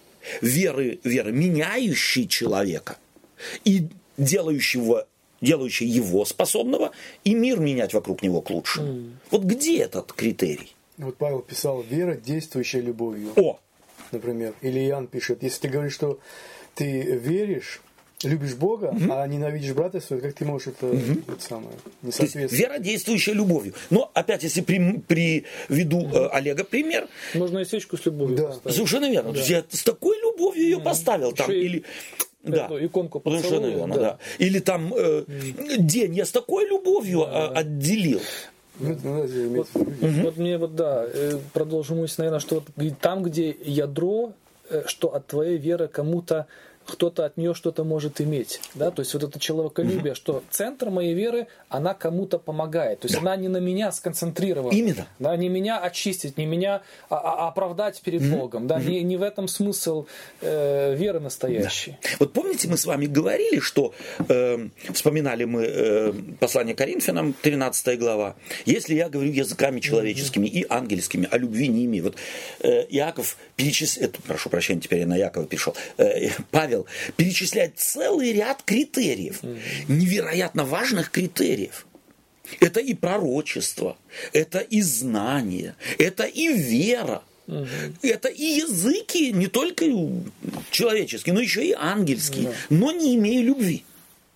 веры, веры меняющей человека и делающего, делающей его способного и мир менять вокруг него к лучшему. Mm. Вот где этот критерий? Вот Павел писал, вера, действующая любовью. О! Например. Или Иоанн пишет, если ты говоришь, что ты веришь, любишь Бога, mm-hmm. а ненавидишь брата своего, как ты можешь это, mm-hmm. это самое, не соответствовать? Вера, действующая любовью. Но опять, если при, приведу mm-hmm. э, Олега пример. Можно и свечку с любовью да. поставить. Совершенно верно. Да. То есть я с такой любовью ее mm-hmm. поставил. Там, или... Да, иконку совершенно верно, да. да. Или там э, mm. день я с такой любовью да, э, отделил. Вот, вот, угу. вот мне вот, да, продолжу мысль, наверное, что вот там, где ядро, что от твоей веры кому-то кто-то от нее что-то может иметь, да, то есть вот это человеколюбие, угу. что центр моей веры, она кому-то помогает, то есть да. она не на меня сконцентрирована, именно, да, не меня очистить, не меня а, а, оправдать перед угу. Богом, да, угу. не, не в этом смысл э, веры настоящей. Да. Вот помните, мы с вами говорили, что э, вспоминали мы э, послание Коринфянам, тринадцатая глава, если я говорю языками человеческими угу. и ангельскими, а любви не имею, вот э, Иаков перечисляет, прошу прощения, теперь я на Якова перешел, э, Павел перечисляет целый ряд критериев, mm-hmm. невероятно важных критериев. Это и пророчество, это и знание, это и вера, mm-hmm. это и языки, не только человеческие, но еще и ангельские, mm-hmm. но не имея любви.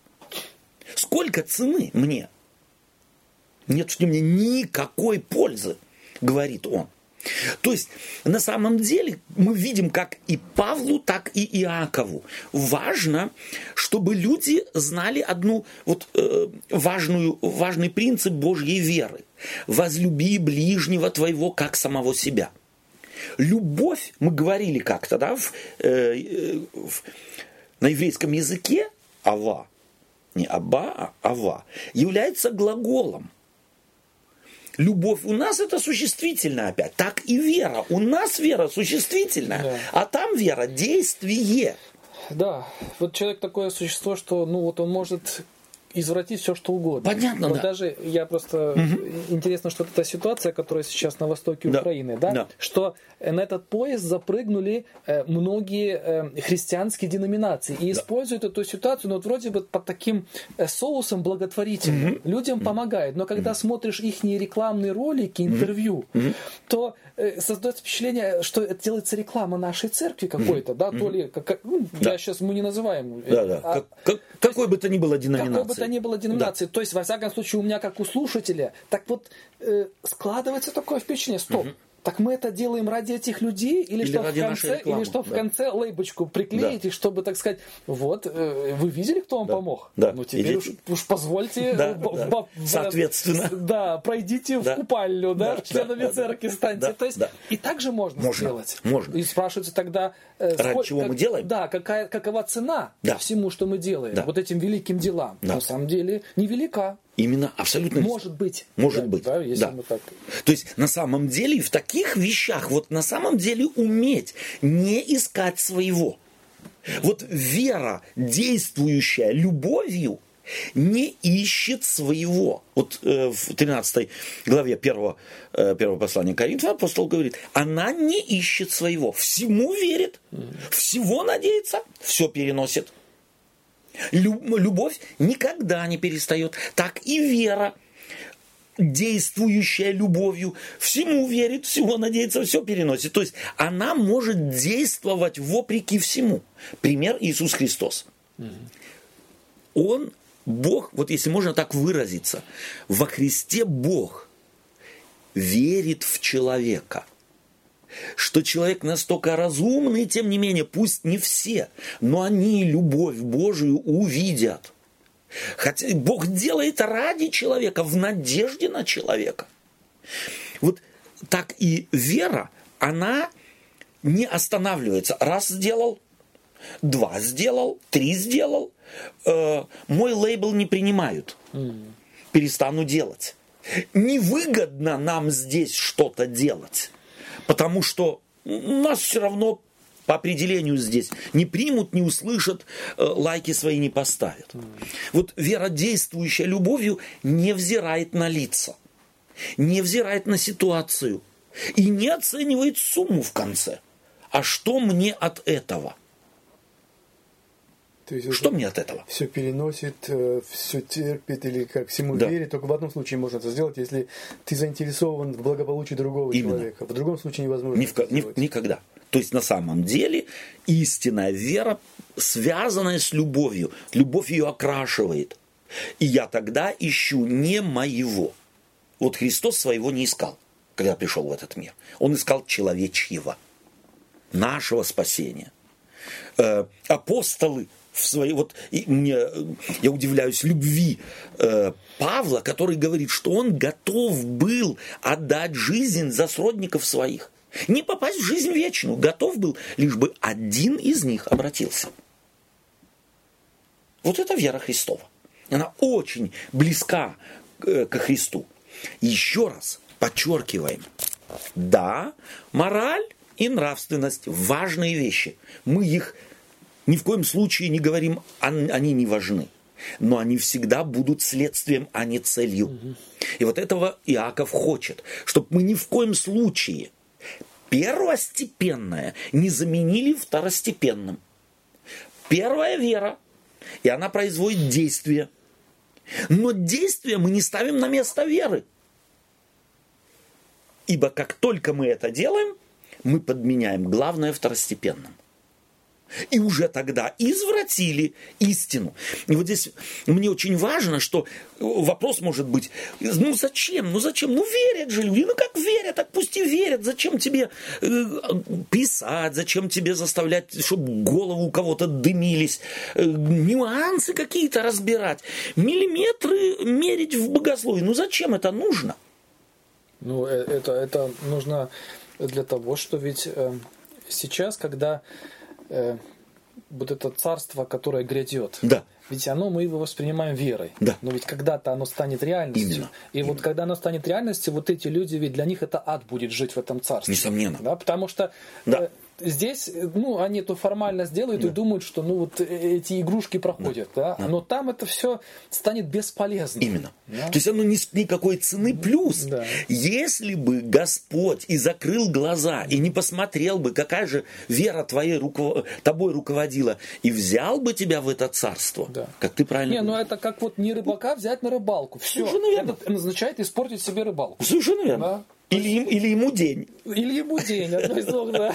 Сколько цены мне? Нет в мне никакой пользы, говорит он. То есть, на самом деле, мы видим, как и Павлу, так и Иакову важно, чтобы люди знали одну вот, э, важную, важный принцип Божьей веры. Возлюби ближнего твоего, как самого себя. Любовь, мы говорили как-то, да, в, э, в, на еврейском языке ава, не аба, а ава, является глаголом. Любовь у нас это существительное опять. Так и вера. У нас вера существительная, да. а там вера действие. Да, вот человек такое существо, что ну вот он может извратить все, что угодно. Понятно, вот да. Даже я просто... Угу. Интересно, что это ситуация, которая сейчас на востоке да. Украины, да? Да. Что на этот поезд запрыгнули многие христианские деноминации и да. используют эту ситуацию, ну, вот вроде бы под таким соусом благотворительным. Угу. Людям угу. помогает. Но когда угу. смотришь их рекламные ролики, интервью, угу. то создается впечатление, что это делается реклама нашей церкви какой-то, угу. да, то ли... Как, ну, да. Я сейчас, мы не называем... Да, да. А, как, как, какой бы то ни было деноминации. Какой бы то ни было деноминации. Да. То есть, во всяком случае, у меня, как у слушателя, так вот, э, складывается такое впечатление, стоп, угу. так мы это делаем ради этих людей, или, или, что, в конце, или что да. в конце лейбочку приклеить, да. и чтобы, так сказать, вот, э, вы видели, кто вам да. помог? Да. Ну, теперь уж, уж позвольте... Да, б, да. Б, Соответственно. Да, пройдите да. в купальню, да, да. членами да. церкви станьте. Да. То есть, да. и так же можно, можно сделать. Можно. И спрашивается тогда... Э, ради сколь, чего как, мы делаем? Да, какая, какова цена да. всему, что мы делаем, да. вот этим великим делам. Да. На самом деле, невелика. Именно, абсолютно. Может быть. Может да, быть. Да, если да. мы так... То есть, на самом деле, в таких вещах, вот на самом деле уметь не искать своего. Вот вера, действующая любовью, не ищет своего. Вот э, в тринадцатой главе первого, э, первого послания Коринфянам апостол говорит, она не ищет своего, всему верит, всего надеется, все переносит. Любовь никогда не перестает. Так и вера, действующая любовью, всему верит, всего надеется, все переносит. То есть она может действовать вопреки всему. Пример Иисус Христос. Он, Бог, вот если можно так выразиться, во Христе Бог верит в человека. Что человек настолько разумный, тем не менее, пусть не все, но они любовь Божию увидят. Хотя Бог делает ради человека, в надежде на человека. Вот так и вера, она не останавливается. Раз сделал, два сделал, три сделал, э, мой лейбл не принимают, перестану делать. Невыгодно нам здесь что-то делать. Потому что нас все равно по определению здесь не примут, не услышат, лайки свои не поставят. Вот вера, действующая любовью, не взирает на лица, не взирает на ситуацию и не оценивает сумму в конце. А что мне от этого? То есть что мне от этого? Все переносит, все терпит или как всему да. верит. Только в одном случае можно это сделать, если ты заинтересован в благополучии другого Именно. человека. В другом случае невозможно. Ни в, ни, никогда. То есть на самом деле истинная вера, связанная с любовью. Любовь ее окрашивает. И я тогда ищу не моего. Вот Христос своего не искал, когда пришел в этот мир. Он искал человечьего, нашего спасения. Э, апостолы в своей, вот и мне, я удивляюсь любви э, Павла, который говорит, что он готов был отдать жизнь за сродников своих. Не попасть в жизнь вечную, готов был, лишь бы один из них обратился. Вот это вера Христова. Она очень близка э, ко Христу. Еще раз подчеркиваем, да, мораль и нравственность – важные вещи. Мы их ни в коем случае не говорим, они не важны. Но они всегда будут следствием, а не целью. Угу. И вот этого Иаков хочет, чтобы мы ни в коем случае первостепенное не заменили второстепенным. Первая вера, и она производит действие. Но действие мы не ставим на место веры. Ибо как только мы это делаем, мы подменяем главное второстепенным. И уже тогда извратили истину. И вот здесь мне очень важно, что вопрос может быть, ну зачем, ну зачем, ну верят же люди, ну как верят, так пусть и верят, зачем тебе э, писать, зачем тебе заставлять, чтобы голову у кого-то дымились, э, нюансы какие-то разбирать, миллиметры мерить в богословии, ну зачем это нужно? Ну это, это нужно для того, что ведь э, сейчас, когда Э, вот это царство, которое грядет. Да. Ведь оно, мы его воспринимаем верой. Да. Но ведь когда-то оно станет реальностью. Именно. И Именно. вот когда оно станет реальностью, вот эти люди, ведь для них это ад будет жить в этом царстве. Несомненно. Да, потому что да. э, здесь, ну, они эту формальность делают да. и думают, что, ну, вот эти игрушки проходят, да. Да? Да. Но там это все станет бесполезным. Именно. Да? То есть оно не, никакой цены. Плюс, да. если бы Господь и закрыл глаза, и не посмотрел бы, какая же вера твоей, руко... тобой руководила, и взял бы тебя в это царство, да. как ты правильно Не, говоришь. Ну это как вот не рыбака взять на рыбалку. Все. Это означает испортить себе рыбалку. Совершенно верно. Да? Или, им, или ему день. Или ему день, одно из двух, да.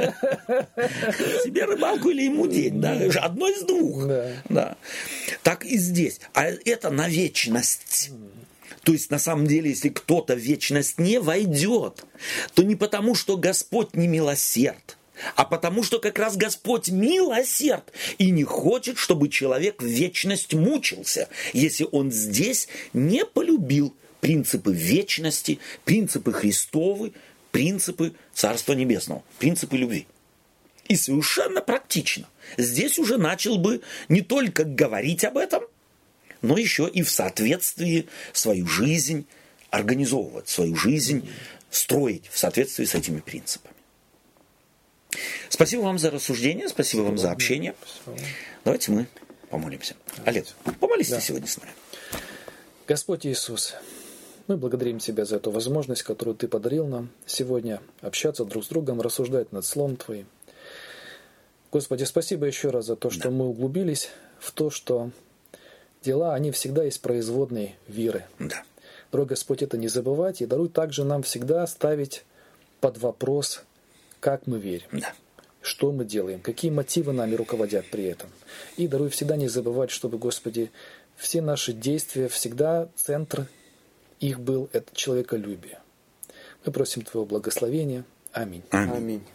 Себе рыбалку или ему день, да. Одно из двух. Да. Да. Так и здесь. А это на вечность. То есть, на самом деле, если кто-то в вечность не войдет, то не потому, что Господь не милосерд, а потому, что как раз Господь милосерд и не хочет, чтобы человек в вечность мучился, если он здесь не полюбил принципы вечности, принципы Христовы, принципы Царства Небесного, принципы любви. И совершенно практично. Здесь уже начал бы не только говорить об этом, но еще и в соответствии свою жизнь организовывать, свою жизнь строить в соответствии с этими принципами. Спасибо вам за рассуждение, спасибо, спасибо вам за общение. Спасибо. Давайте мы помолимся. Олег, помолись да. ты сегодня с нами. Господь Иисус, мы благодарим Тебя за эту возможность, которую Ты подарил нам сегодня, общаться друг с другом, рассуждать над Словом Твоим. Господи, спасибо еще раз за то, что да. мы углубились в то, что дела, они всегда из производной веры. Да. Дорогой Господь, это не забывать, и даруй также нам всегда ставить под вопрос, как мы верим, да. что мы делаем, какие мотивы нами руководят при этом. И даруй всегда не забывать, чтобы, Господи, все наши действия, всегда центр их был это человеколюбие. Мы просим Твоего благословения. Аминь. Аминь.